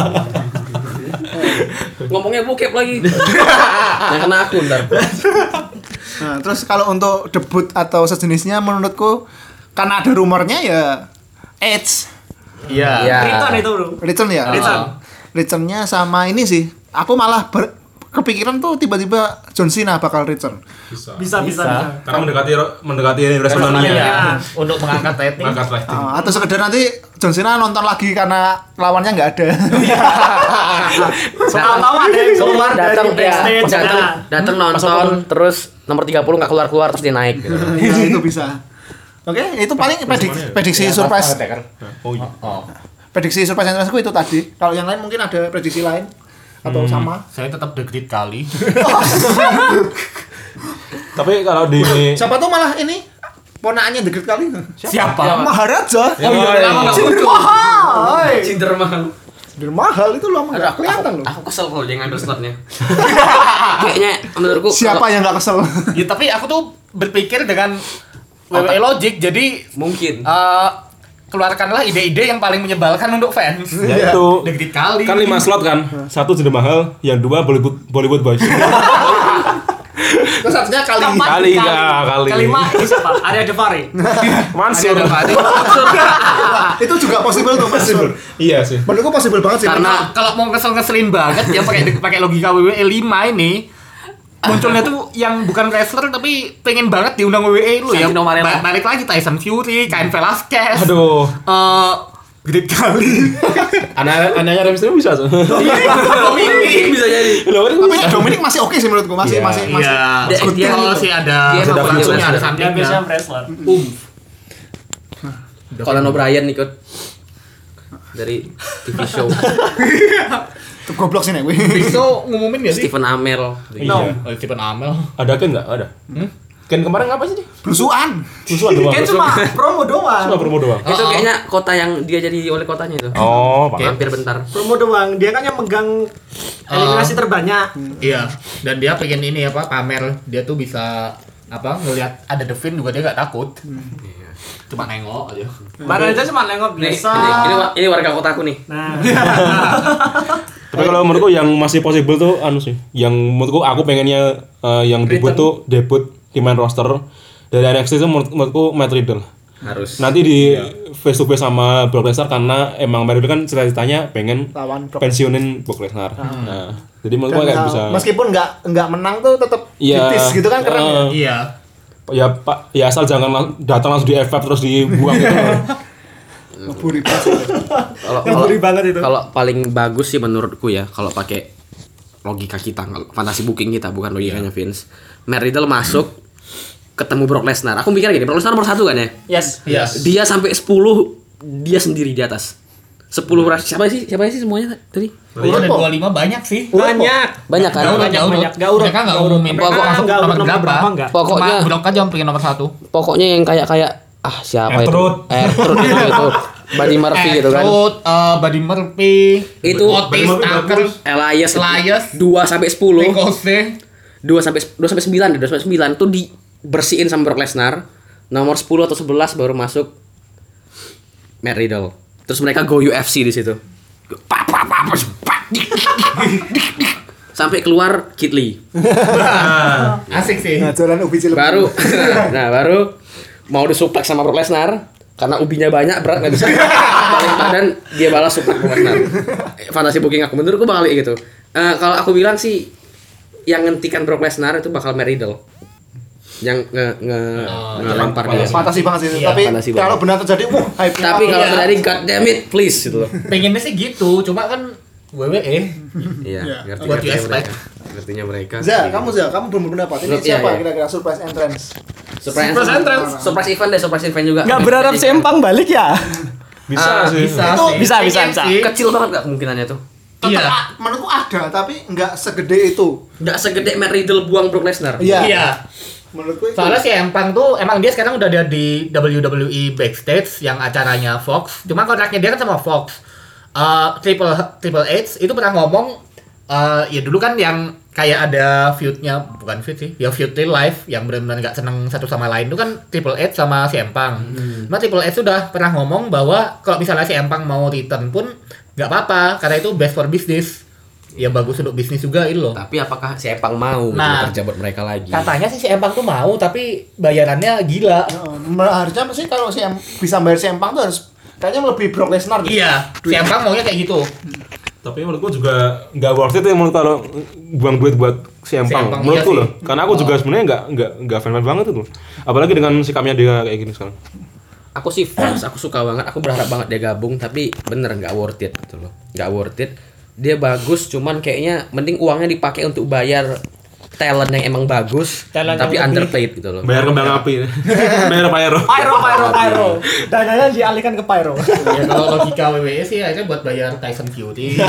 Ngomongnya bokep lagi. Yang kena aku ntar. Nah, terus kalau untuk debut atau sejenisnya menurutku karena ada rumornya ya Edge, Iya. Iya. Return itu, Bro. Return ya. Returnnya sama ini sih. Aku malah kepikiran tuh tiba-tiba John Cena bakal return. Bisa. Karena mendekati WrestleMania. Iya. Untuk mengangkat rating. Angkat rating. Atau sekedar nanti John Cena nonton lagi karena lawannya nggak ada. Tahu ada yang keluar dari backstage. Datang nonton terus nomor 30 nggak keluar terus dia naik gitu. Ya, itu bisa. Oke, itu paling prediksi surprise. Oh iya. Prediksi surprise interestku itu tadi. Kalau yang lain mungkin ada prediksi lain atau sama. Saya tetap The Great kali. Tapi kalau di Siapa tuh malah ini ponakannya deket kali. Siapa? Maharaja. Oh iya, nama nggak muncul. Cinder mahal. Biar mahal itu loh, Aduh, nggak kelihatan loh. Aku kesel kalau dia ngambil slotnya. Kayaknya menurutku Siapa yang nggak kesel? Ya tapi aku tuh berpikir dengan WWE Logic, jadi mungkin keluarkanlah ide-ide yang paling menyebalkan untuk fans. ya itu The Great kali. kan 5 slot kan. 1 Jinder Mahal, yang 2 Bollywood Boys. Terus satunya kali. Kali. Kelima ini siapa? Arya Devari. Mansur. Ada Fadi. Itu juga possible tuh Mas. Iya sih. Menurutku possible banget sih. Karena Kalau mau ngeselin banget ya pakai logika WWE 5 ini munculnya tuh yang bukan wrestler tapi pengen banget diundang WWE lu ya. Santino Marella. Balik lagi Tyson Fury, Cain Velasquez. Aduh. Great kali. Anaknya Rey Mysterio bisa tuh. Dominic bisa jadi. tapi Dominic masih oke sih menurutku, masih Iya. masih masih. Iya. Dia Kalau gitu. sih ada Dia ada emang langsungnya dia ada wrestler. Dia biasanya sampingnya. wrestler. Conan O'Brien ikut dari TV show Tuh goblok sih nek gue. Besok ngumumin ya sih? Stephen Amell. Iya. Stephen Amell. Ada Ken enggak? Ada. Ken kemarin ngapa sih dia? Blusuan. Musuhan doang. Kan cuma promo doang. Cuma promo doang. Itu kayaknya kota yang dia jadi oleh kotanya itu. Oh, Pak. Hampir bentar. Promo doang. Dia kan yang megang eliminasi terbanyak. Iya. Dan dia pengen ini apa pamer dia tuh bisa apa ngelihat ada The Fiend juga dia nggak takut. Cuma nengok aja. Badan aja cuma nengok Nih, biasa. ini warga kotaku nih. Nah, Tapi kalau menurutku yang masih possible tuh anu sih. Yang menurutku aku pengennya yang debut tuh debut di main roster dari NXT itu menurutku Matt Riddle. Harus. Nanti di face to face sama Brock Lesnar karena emang Matt Riddle kan cita-citanya pengen Lawan Brock. pensiunin Brock Lesnar. Nah, jadi menurutku kayak bisa. Meskipun nggak menang tuh tetap Iya. kritis gitu kan keren. Ya. Iya. Ya Pak, ya asal jangan datang langsung di FF terus dibuang gitu. Ngeburi banget. ngeri banget itu. Kalau paling bagus sih menurutku ya kalau pakai logika kita, kalau fantasi booking kita bukan logikanya Vince. Matt Riddle masuk ketemu Brock Lesnar. Aku mikir gini, Brock Lesnar nomor 1 kan ya? Yes. Iya. Dia sampai 10 dia sendiri di atas. 10 siapa sih semuanya tadi? Iya dan 25 banyak sih. Banyak. Banyak kan? Banyak. Gak urut. Mereka nggak umumin. Mereka Pokok masuk nggak urut nomor nomor berapa? berapa, nggak. Pokoknya- Cuma Brock aja yang pengen nomor 1. Pokoknya yang kayak siapa Ertrud. itu? Ertrud gitu. Buddy Murphy gitu kan. Buddy Murphy. Itu Otis, Tucker, Elias Elias, 2 sampai 10. Ricochet. 2 sampai 9 tuh dibersihin sama Brock Lesnar. Nomor 10 atau 11 baru masuk Matt Riddle. Terus mereka go UFC di situ. Sampai keluar Kid Lee. Asik sih. Nah, jalan ubi cilik. Baru baru mau disuplex sama Brock Lesnar karena ubinya banyak berat nggak bisa balik badan dia balas suplex Brock Lesnar. Fantasi booking aku menurutku bakal kayak gitu. Kalau aku bilang sih yang ngentikan Brock Lesnar itu bakal Matt Riddle. Yang ngelempar dia. Fantasi banget sih. Iya, Tapi fantasi kalau benar terjadi, hype. Tapi kalau terjadi god damn it please gitu loh. Pengennya sih gitu, cuma kan WWE. Iya, What you expect? Ngertinya mereka. Kamu belum berpendapat. Ini Iya, siapa iya. kira-kira surprise entrance? Surprise event juga. Nggak berharap Sempang balik ya? Bisa sih. Bisa. Kecil banget gak kemungkinannya tuh? Tetap menurutku ada, tapi nggak segede itu. Nggak segede Matt Riddle buang Brock Lesnar. Iya. Menurutku itu. Soalnya si Empang tuh emang dia sekarang udah ada di WWE Backstage yang acaranya Fox. Cuma kontraknya dia kan sama Fox. Triple H itu pernah ngomong ya dulu kan yang kayak ada feudnya, bukan feud sih, ya feud real life yang benar-benar nggak seneng satu sama lain itu kan Triple H sama si Empang. Cuma Triple H sudah pernah ngomong bahwa kalau misalnya si Empang mau return pun nggak apa-apa karena itu best for business. Ya bagus untuk bisnis juga itu loh. Tapi apakah si Empang mau Nah, kerja buat mereka lagi? Katanya sih si Empang tuh mau tapi bayarannya gila. Harusnya sih kalau bisa bayar si Empang tuh harus kayaknya lebih Brock Lesnar. Iya, si Empang maunya kayak gitu. Tapi menurutku juga nggak worth it ya menurut kalau buang duit buat si Empang. Empang, Menurutku iya loh. sih. Karena aku juga sebenarnya nggak fan banget itu. Apalagi dengan sikapnya dia kayak gini sekarang. Aku sih fans, aku suka banget, aku berharap banget dia gabung, tapi bener nggak worth it gitu loh. Nggak worth it. Dia bagus, cuman kayaknya mending uangnya dipakai untuk bayar talent yang emang bagus, Talent tapi yang underpaid gitu loh. Bayar kembang api. Bayar Pyro. Pyro. Dananya dialihkan ke Pyro. Ya kalau logika WWE sih akhirnya buat bayar Tyson Fury.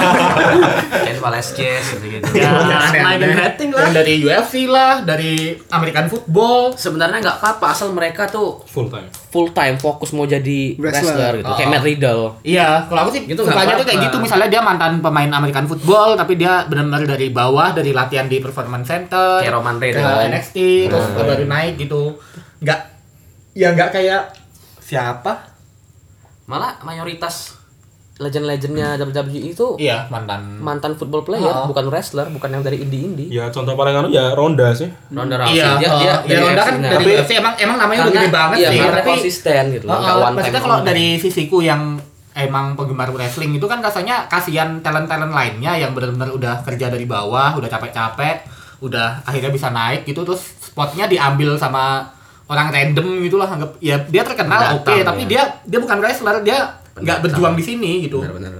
Ken Velasquez gitu. Ya, Selain rating lah. Yang dari UFC lah, dari American football. Sebenarnya nggak apa-apa asal mereka tuh Full time. fokus mau jadi wrestler gitu. Oh. Kayak Matt Riddle. Iya, kalau aku sih Gitu sukanya nggak tuh kayak apa-apa. gitu. Misalnya dia mantan pemain American football, tapi dia benar-benar dari bawah, dari latihan di performance center, Kayak Roman Reigns ke kan. NXT, terus baru naik gitu. Nggak kayak siapa? Malah mayoritas legend-legendnya WWE itu Iya, mantan football player, Oh. bukan wrestler, bukan yang dari indie-indie. Ya contoh paling anu ya Ronda sih. Ronda Rousey Iya, dia ya Ronda kan UFC-nya. dari UFC emang namanya udah gede banget iya, sih, karena tapi konsisten gitu loh, nggak one time. maksudnya kalau dari sisiku yang emang penggemar wrestling itu kan rasanya kasihan talent-talent lainnya yang benar-benar udah kerja dari bawah, udah capek-capek, udah akhirnya bisa naik gitu, terus spotnya diambil sama orang random gitulah, anggap ya dia terkenal oke, Pendatang, tapi ya. dia bukan wrestler, dia nggak Pendatang. berjuang di sini gitu. Benar.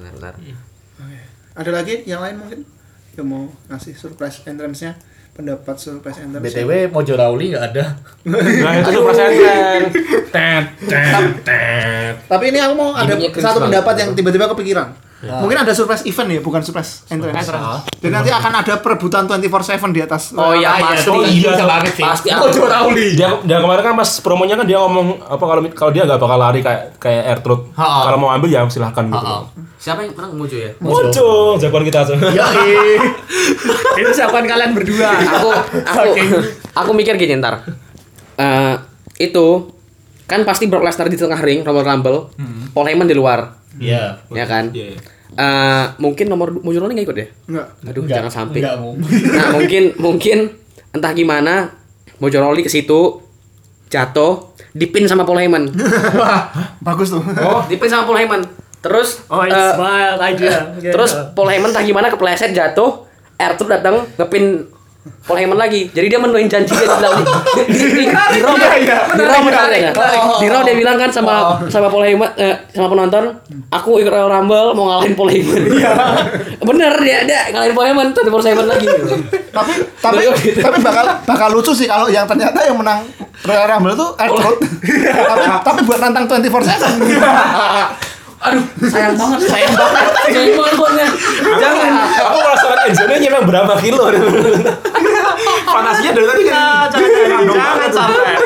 Ada lagi yang lain mungkin yang mau ngasih surprise entrance-nya, pendapat surprise entrance. BTW Mojo Rawley nggak ada. Nah itu surprise Tapi ini aku mau ada Ininya cringe satu banget. pendapat yang tiba-tiba kepikiran. Mungkin ada surprise event ya, bukan surprise entrance. Dan nanti akan ada perebutan 24/7 di atas. Oh iya, pasti. Itu bisa banget sih. Pasti. Mojo Rawley. Dia kemarin kan pas promonya kan dia ngomong apa kalau dia nggak bakal lari kayak Ertrud. Ha-ha. Kalau mau ambil ya silahkan gitu. Ha-ha. Siapa yang pernah Mojo ya? Mojo, jagoan kita tuh. Itu siapaan kalian berdua? Aku mikir gini ntar. Itu kan pasti Brock Lesnar di tengah ring, Royal Rumble, Paul Heyman di luar, Iya. ya kan? Iya. Mungkin nomor Mojo Rawley nggak ikut ya? Enggak. Aduh, jangan sampai. Enggak mau. Nah, mungkin entah gimana Mojo Rawley ke situ jatuh, dipin sama Paul Heyman. Bagus tuh. Dipin sama Paul Heyman. Terus It's wild idea. terus Paul Heyman entah gimana kepleset jatuh, Ertrud datang ngepin Paul Heyman lagi. Jadi dia menuhin janji dia bilang di Raw dia bilang kan sama Paul Heyman sama penonton, aku ikut Royal Rumble mau ngalahin Paul Heyman. Bener dia ngalahin Paul Heyman tuh Paul Heyman lagi. tapi bakal lucu sih kalau yang ternyata yang menang Royal Rumble itu Ertrud. tapi buat nantang 24/7. Aduh, sayang banget buatnya. Jangan. Aku merasakan Enzo-nya nyemang berapa kilo. Panasnya dari tadi kan. Jangan sampai.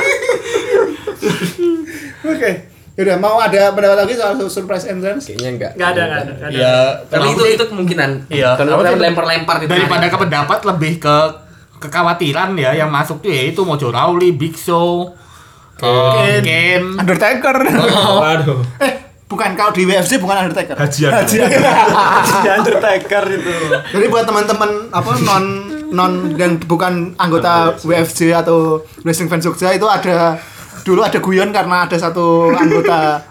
Oke. Yaudah, mau ada pendapat lagi soal surprise entrance? Kayaknya enggak. Nggak ada. Iya, Tapi itu kemungkinan. Iya. Kalau lempar-lempar di daripada ke pendapat lebih ke kekhawatiran ya yang masuk tuh ya itu Mojo Rawley, Big Show, Ken. Undertaker. Waduh. Bukan, kalau di UFC bukan Undertaker. Haji. Undertaker itu. Jadi buat teman-teman apa non dan bukan anggota WFJ atau Wrestling Fans Jogja itu dulu ada guyon karena ada satu anggota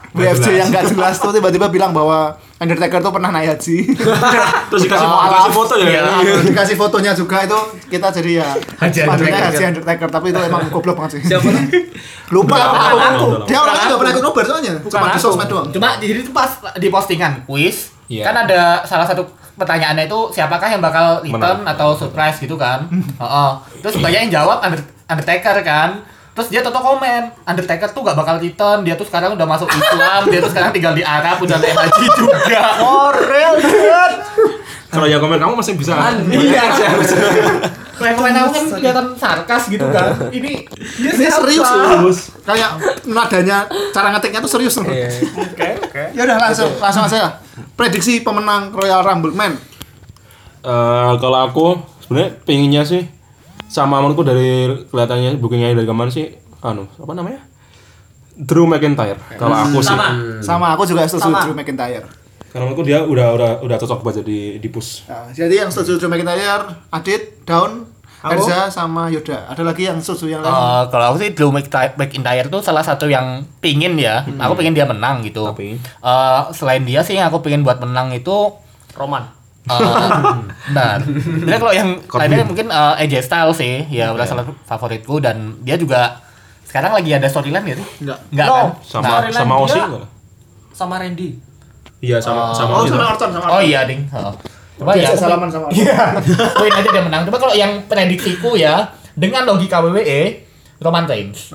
WFC yang nggak jelas tuh tiba-tiba bilang bahwa Undertaker tuh pernah naik haji. Terus dikasih foto ya. Dikasih fotonya juga itu kita jadi ya Haji sepanjangnya Undertaker. haji Undertaker tapi itu emang goblok banget sih. Siapa tuh? Lupa Udah. dia orangnya nggak pernah ikut nobar soalnya cuma di aku. sosmed doang. Cuma jadi itu pas di postingan quiz, Iya. kan ada salah satu pertanyaannya itu siapakah yang bakal return atau surprise gitu kan. Heeh. Terus banyak yang jawab Undertaker kan. Terus dia toto komen, Undertaker tuh gak bakal return, dia tuh sekarang udah masuk Islam, dia tuh sekarang tinggal di Arab, udah naik haji juga. Oh, real dude. Kalau yang komen kamu masih bisa. Iya. Komen aku kan kelihatan sarkas gitu kan. Ini dia Ini serius siapa? loh. Kayak nadanya cara ngetiknya tuh serius loh. Oke. Ya udah langsung aja. Prediksi pemenang Royal Rumble man. Kalau aku sebenarnya pengennya sih sama menurutku dari kelihatannya bookingnya dari kemarin sih apa namanya? Drew McIntyre. Kalau aku sih. Sama aku juga setuju Sama. Drew McIntyre. Karena menurutku dia udah cocok buat jadi di push. Nah, jadi yang setuju Drew McIntyre, Adit, Daun, Aku? Erza sama Yoda. Ada lagi yang setuju yang lain? Kalau aku sih Drew McIntyre tuh salah satu yang pingin ya. Aku pengen dia menang gitu. Tapi? Selain dia sih yang aku pengen buat menang itu Roman. Benar. Jadi kalau yang lainnya mungkin AJ Styles sih, ya udah salah favoritku dan dia juga sekarang lagi ada storyline gitu. Enggak No. kan? Sama Ozzy dia- enggak? Sama Randy. Iya sama Oh, Ozzy. sama Orton sama Oh iya, ding. Coba ya. Biasa salaman sama Orton. Iya. Poin aja dia menang. Coba kalau yang prediksiku ya, dengan logika WWE, Roman Reigns.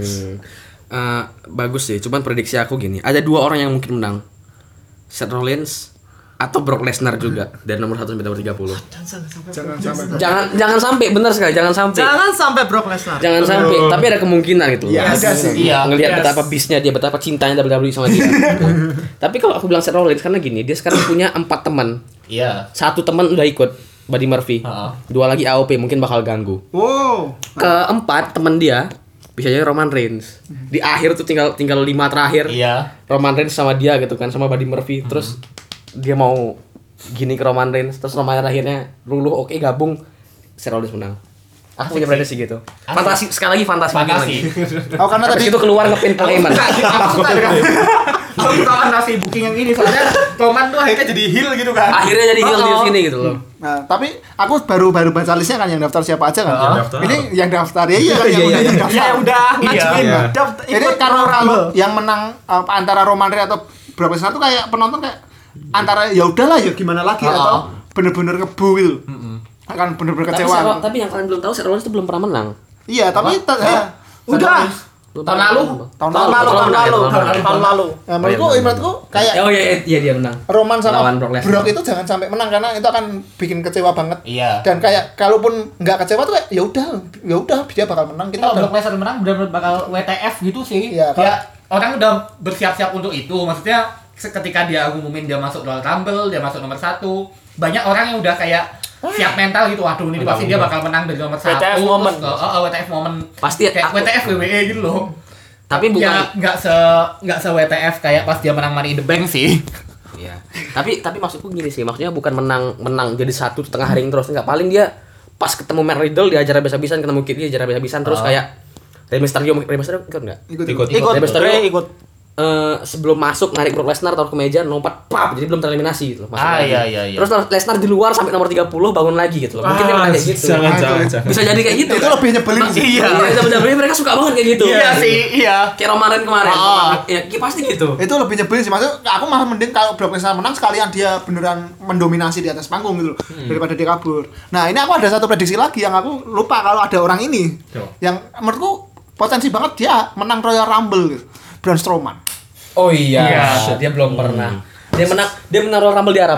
Bagus sih, cuman prediksi aku gini, ada 2 orang yang mungkin menang, Seth Rollins atau Brock Lesnar juga dari nomor 1 sampai nomor 30. Jangan sampai, benar sekali, jangan sampai. Jangan sampai Brock Lesnar. Jangan sampai, tapi ada kemungkinan gitu. Iya, ada sih. Iya. Ngelihat Yes. betapa bisnya dia, betapa cintanya WWE sama dia. Tapi kalau aku bilang Seth Rollins karena gini, dia sekarang punya 4 teman. Iya. 1 teman udah ikut, Buddy Murphy. Heeh. 2 lagi AOP mungkin bakal ganggu. Wow. Keempat teman dia bisa jadi Roman Reigns. Di akhir tuh tinggal 5 terakhir. Iya. Roman Reigns sama dia gitu kan, sama Buddy Murphy. Terus dia mau gini ke Roman Reigns, terus Roman Reigns akhirnya luluh, oke gabung, Seth Rollins menang. Aku punya prediksi gitu. Fantasi, sekali lagi fantasi. Fantasi. Oh, karena Habis tadi itu keluar ngepin Paul Heyman. Aku suka fantasi booking yang ini soalnya Roman tuh akhirnya jadi heel gitu kan. Akhirnya jadi heel di sini gitu loh. Nah, tapi aku baru baca listnya kan yang daftar siapa aja kan. daftar. Ini yang daftar ya iya kan yang udah yang daftar. Ya udah ngajuin Iya. daftar Ini ikut karena Rumble. yang menang antara Roman Reigns atau Brock Lesnar tuh kayak penonton kayak antara ya udahlah ya gimana lagi atau bener-bener ngebu gitu. Akan bener-bener kecewa. Tapi yang kalian belum tahu, Seth Rollins itu belum pernah menang. Iya, tapi Udah. Tahun lalu. Tahun lalu. Nah, menurutku kayak Oh iya dia menang. Roman sama Lawan Brock Lesnar. Brock itu jangan sampai menang karena itu akan bikin kecewa banget. Iya. Dan kayak kalaupun nggak kecewa tuh kayak ya udah dia bakal menang kita Kalau udah. Brock Lesnar menang benar-benar bakal WTF gitu sih. Iya, Ya, orang udah bersiap-siap untuk itu. Maksudnya ketika dia umumin dia masuk Royal Rumble, dia masuk nomor 1, banyak orang yang udah kayak siap mental gitu. Waduh, ini pasti dia bakal menang dari nomor 1. WTF moment. WTF moment. Pasti Kayak aku- WTF WWE gitu loh. Tapi bukan. Ya nggak se WTF kayak pas dia menang Money in the Bank sih. Iya. Tapi maksudku gini sih, maksudnya bukan menang jadi 1 setengah ring terus, enggak, paling dia pas ketemu Matt Riddle diajar habis-habisan, ketemu Kid dia diajar habis-habisan terus kayak Rey Mysterio ikut enggak? Ikut. Ikut. Rey Mysterio Ikut. sebelum masuk narik Brock Lesnar taruh ke meja lompat pap, jadi belum tereliminasi gitu loh. Masuk lagi. Iya. Terus Lesnar di luar sampai nomor 30 bangun lagi gitu loh. Mungkin dia kayak gitu. Jangan. Bisa jadi kayak gitu. Itu lebih nyebelin sih. Iya, WWE mereka suka banget kayak gitu. Iya sih, iya. Kayak Roman kemarin. Oh. Ya, pasti gitu. Itu lebih nyebelin sih, maksudnya aku malah mending kalau Brock Lesnar menang sekalian dia beneran mendominasi di atas panggung gitu loh, daripada dia kabur. Nah, ini aku ada satu prediksi lagi yang aku lupa kalau ada orang ini yang menurutku potensi banget dia menang Royal Rumble gitu. Braun Strowman. Oh iya, Iya. dia belum pernah. Dia menang Royal Rumble di Arab.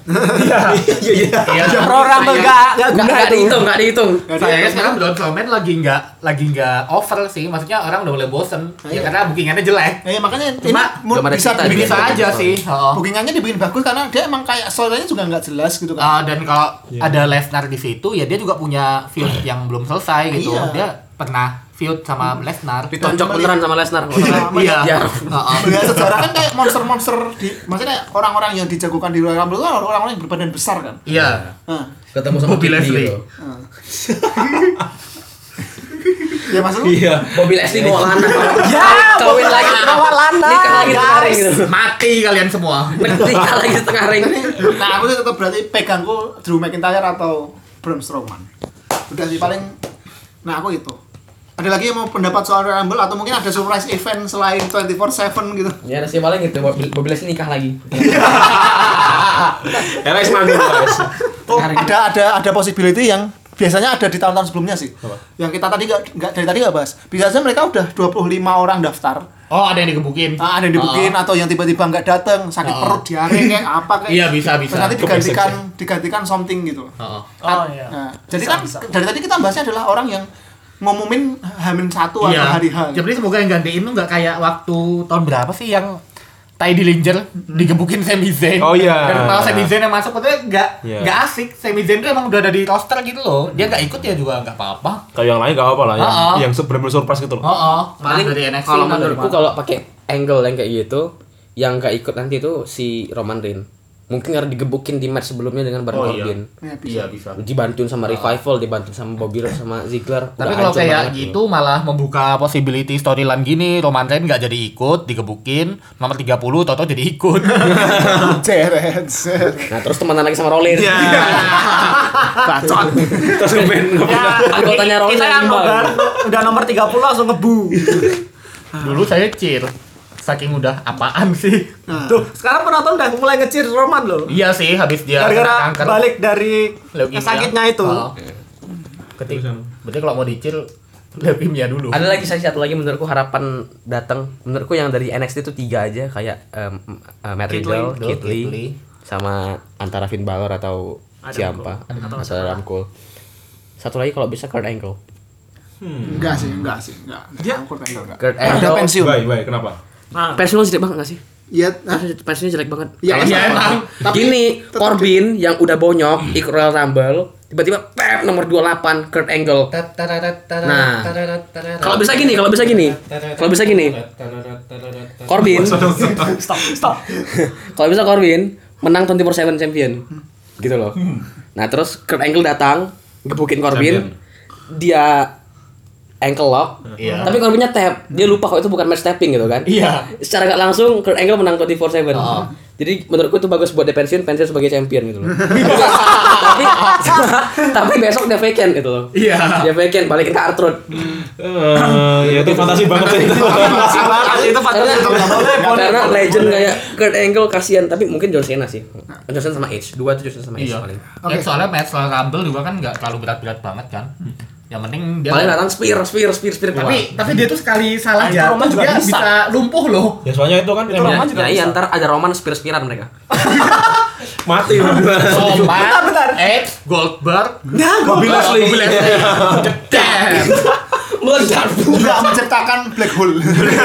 Iya. Pro Rumble enggak guna Enggak itu. dihitung, enggak dihitung. Sayangnya sekarang Braun Strowman lagi nggak over sih, maksudnya orang udah mulai bosen ya karena bookingannya jelek. Makanya Cuma belum ada bisa cerita dibikin Bisa aja sih. bookingannya dibikin bagus karena dia emang kayak story-nya juga nggak jelas gitu kan. Dan kalau ada Lesnar di situ ya dia juga punya feud yang belum selesai gitu. Iya. Dia pernah feud sama Lesnar. Ditonjok beneran sama Lesnar. Iya. Iya. Melihat sejarah kan kayak monster-monster maksudnya orang-orang yang dijagokan di Royal Rumble itu orang-orang yang berbadan besar kan. Iya. Nah, Ketemu sama Bobby Kid Leslie. gitu. Ya maksudnya Iya. Bobby Leslie bawa lana. Ya, Kawin lagi. bawa lana. Nikah lagi setengah ring gitu. Mati kalian semua. Nikah lagi setengah ring. nah aku sih tetap berarti pegangku Drew McIntyre atau Braun Strowman. Udah sih paling. Nah aku itu. Ada lagi yang mau pendapat soal Royal Rumble atau mungkin ada surprise event selain 24/7 gitu? Ya nasi paling gitu. Bobby Leslie nikah lagi. Alex manggung guys. Oh, ada possibility yang biasanya ada di tahun-tahun sebelumnya sih. Apa? Yang kita tadi nggak dari tadi nggak bahas. Bisa aja mereka udah 25 orang daftar. Oh, ada yang digebukin. Ada yang dibukin atau yang tiba-tiba nggak datang, sakit perut, diare kayak apa kayak. Iya, bisa. Terus nanti digantikan something gitu. Heeh. Oh iya. Nah, jadi kan dari tadi kita bahasnya adalah orang yang ngumumin H-1 atau Iya. hari H. Jadi semoga yang gantiin tuh nggak kayak waktu tahun berapa sih yang Ty Dillinger digebukin Sami Zayn. Oh, iya. Dan malah Sami Zayn yang masuk padahal Iya. nggak asik. Sami Zayn tuh emang udah ada di roster gitu loh. Dia nggak ikut ya juga nggak apa-apa. Kayak yang lain gak apa lah, Oh. yang benar-benar surprise gitu loh. Paling dari NXT kalau atau dari menurutku mana. kalau pakai angle yang kayak gitu, yang nggak ikut nanti itu si Roman Reigns. Mungkin karena digebukin di match sebelumnya dengan Baron Corbin. Ya, bisa. Dibantuin sama Revival, dibantuin sama Bobby Roode sama Ziggler. Tapi Udah kalau hancur kayak banget gitu malah membuka possibility storyline gini, Roman Reigns nggak jadi ikut, digebukin, nomor 30 toto jadi ikut. Ceret. Nah terus temenan lagi sama Rollins. Bacot. Terus ngeband anggotanya Rollins Kita yang nembak. nobar udah nomor 30 langsung ngebu. Dulu saya cheer, saking udah apaan sih. Tuh, sekarang penonton udah mulai ngecir Roman loh. Iya sih, habis dia Gara-gara kena kanker. balik dari Leukemia. sakitnya itu. Oh. Berarti kalau mau dicil leukemia dulu. Ada lagi satu lagi menurutku harapan datang. Menurutku yang dari NXT itu 3 aja kayak Matt Riddle, Keith Lee, sama antara Finn Balor atau siapa atau Adam Cole. Satu lagi kalau bisa Kurt Angle. Enggak sih. Enggak. Dia- Enggak. Kurt Udah Angle. pensiun. Baik, kenapa? Nah, Pensiunnya jelek banget gak sih? Iya, Pensiunnya jelek banget. Iya, Kalau iya, sama- emang. Tapi Gini, tetep Corbin yang udah bonyok ikut Royal Rumble, tiba-tiba nomor 28 Kurt Angle. Nah, kalau bisa gini. Corbin. stop. Kalau bisa Corbin menang 24/7 champion. Gitu loh. Nah, terus Kurt Angle datang, gebukin Corbin. Dia ankle lock. Iya. Tapi Corbinnya tap. Dia lupa kalau itu bukan match tapping gitu kan. Iya. Secara gak langsung Kurt Angle menang 24/7. Jadi menurutku itu bagus buat dia pensiun sebagai champion gitu loh. tapi besok dia vacant gitu loh. Iya. Dia vacant balikin ke R-Truth. Ya itu fantasi banget sih. Itu fantasi Karena legend kayak Kurt Angle kasihan, tapi mungkin John Cena sih. John Cena sama Edge, dua tuh John Cena sama Edge Iya. paling. Ya, soalnya match Royal Rumble juga kan nggak terlalu berat-berat banget kan. Yang penting dia Paling datang spear. tapi dia tuh sekali salah itu jatuh Roman juga dia bisa. bisa lumpuh loh. Ya soalnya itu kan Roman juga iya bisa. ntar ada Roman spear-spearan mereka. mati berdua. Bentar. Edge, Goldberg, Bobby Leslie. Jedem. Meledak. Enggak menciptakan black hole.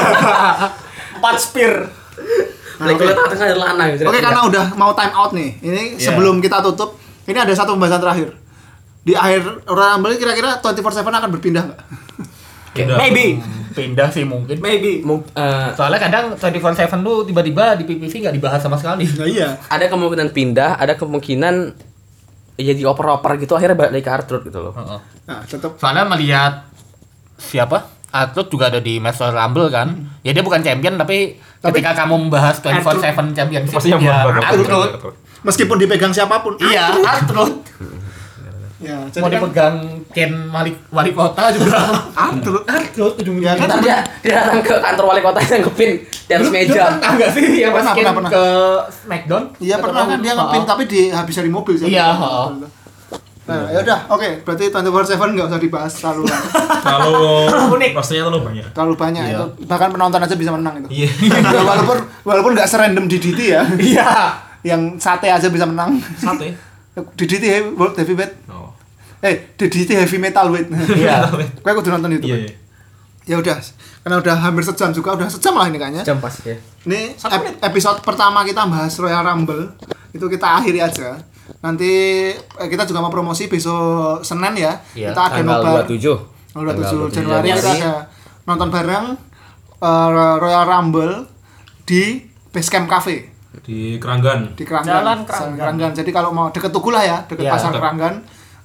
4 spear. Black Hole tengah ada lana gitu. Oke, karena udah mau time out nih. Ini sebelum kita tutup, ini ada satu pembahasan terakhir. Di akhir Royal Rumble kira-kira 24/7 akan berpindah nggak? Maybe. Pindah sih mungkin. Maybe. Soalnya kadang 24/7 tuh tiba-tiba di PPV nggak dibahas sama sekali. Nah, iya. ada kemungkinan pindah, ada kemungkinan ya dioper-oper gitu akhirnya balik ke R-Truth gitu loh. Heeh. Nah, tetap Soalnya melihat siapa? Atlet juga ada di match Royal Rumble kan. Ya dia bukan champion tapi ketika kamu membahas 24/7 championship Pasti yang ya bakal Atlet. meskipun dipegang siapapun. Iya, Atlet. Ya, Mau jadi kan dipegang Ken wali kota juga. Atlet. Atlet ujung-ujungnya. Ya kan Ntar dia datang ke kantor wali kota yang ngepin di atas meja. Pernah nggak sih yang pas Ken Pernah. ke Smackdown? Iya pernah kan dia ngepin tapi habis dari mobil sih. Iya, heeh. Nah, ya udah, oke. Berarti 24/7 nggak usah dibahas terlalu lama. Kalau pastinya terlalu banyak. Terlalu banyak itu. Bahkan penonton aja bisa menang itu. Iya. Ya, walaupun nggak serandom DDT ya. Iya. Yang sate aja bisa menang. Sate. DDT World Heavyweight. Oh. DDT Heavy Metal Weight. Iya. Gue kudu nonton itu. Iya. Ya udah, karena udah hampir sejam juga, udah sejam lah ini kayaknya. Jam pas ya. Ini episode pertama kita bahas Royal Rumble. Itu kita akhiri aja. Nanti kita juga mau promosi besok Senin ya. Iya, Kita ada Tanggal nobar 27. 27 Januari kita ada nonton bareng Royal Rumble di Basecamp Cafe Di Keranggan. di Keranggan. Jalan Keranggan. Jadi kalau mau deket Tugu lah ya, deket Iya, Pasar deket. Keranggan.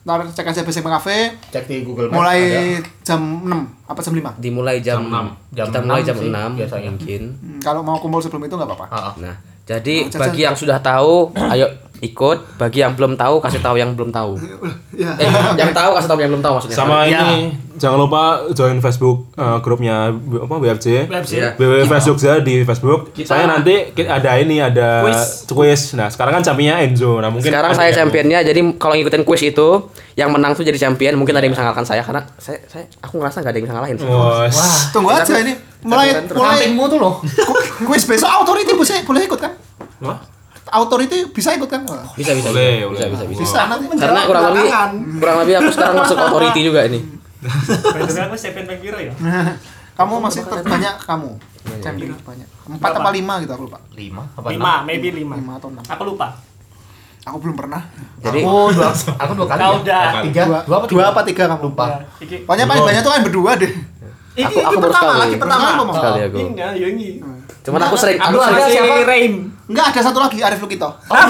Ntar cek aja Basic Cafe Cek di Google Maps. mulai ada. jam 6 apa jam 5. Dimulai jam 6. Jam Kita mulai 6 jam sih, 6 biasanya. mungkin. Kalau mau kumpul sebelum itu nggak apa-apa. Heeh. Nah, jadi Oh, bagi yang sudah tahu, ayo ikut. Bagi yang belum tahu, kasih tahu yang belum tahu. Ya. Yang tahu kasih tahu yang belum tahu maksudnya. Sama Ya. ini jangan lupa join Facebook grupnya WFC. Website. Iya. WWF Jogja di Facebook. Saya nanti ada quiz. Nah, sekarang kan championnya Enzo. Nah, mungkin Sekarang saya championnya, jadi kalau ngikutin quiz itu, yang menang tuh jadi champion. Mungkin ada yang bisa ngalahkan saya karena aku ngerasa nggak ada yang bisa ngalahin. Wah. Tunggu aja ini. Mulai Sampingmu tuh loh. kuis besok Authority boleh ikut kan? Wah. Authority bisa ikut kan? Bisa. Boleh. Bisa nanti. Karena kurang lebih aku sekarang masuk authority juga ini. Bener aku Stephen Pengpiro ya. Kamu masih banyak kamu. Champion banyak. 4 apa 5 gitu aku lupa. 5 apa 5, maybe 5. 5 atau 6. Aku lupa. Aku belum pernah. Jadi Aku 2 kali. Kau ya? udah. 3, 2 apa 2 apa 3 kamu lupa. Iki. Pokoknya paling banyak tuh kan berdua deh. aku baru sekali. Pertama ngomong. Sekali aku. Ini ya ini. Cuman aku sering Aku ada si Raim. Enggak ada satu lagi Arif Lukito.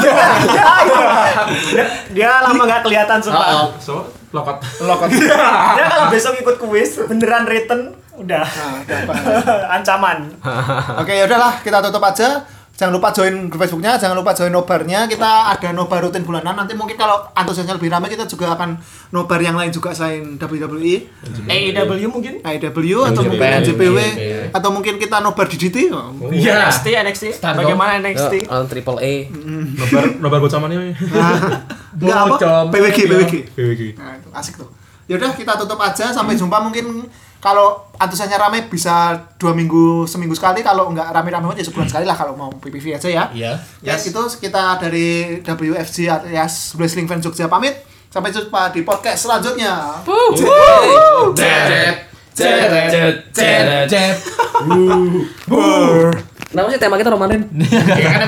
Dia lama nggak kelihatan sumpah. So, lokat. Dia kalau besok ikut kuis beneran written udah ancaman. Oke, ya udahlah kita tutup aja. Jangan lupa join grup Facebooknya, jangan lupa join nobarnya. Kita ada nobar rutin bulanan. Nanti mungkin kalau antusiasnya lebih ramai kita juga akan nobar yang lain juga selain WWE, AEW mungkin. AEW atau mungkin NJPW atau mungkin kita nobar di DT. Iya. NXT. Bagaimana NXT? on triple A. Nobar buat sama nih. Enggak apa? Bocom. PWG. BWG. Nah, itu asik tuh. Ya udah kita tutup aja sampai jumpa mungkin kalau antusiasnya rame bisa 2 minggu seminggu sekali, kalau enggak rame-rame aja sebulan sekali lah kalau mau PPV aja ya. Iya. Ya itu kita dari WFC alias Wrestling Fans Jogja pamit. Sampai jumpa di podcast selanjutnya. Kenapa sih tema kita Romanen? Ya kan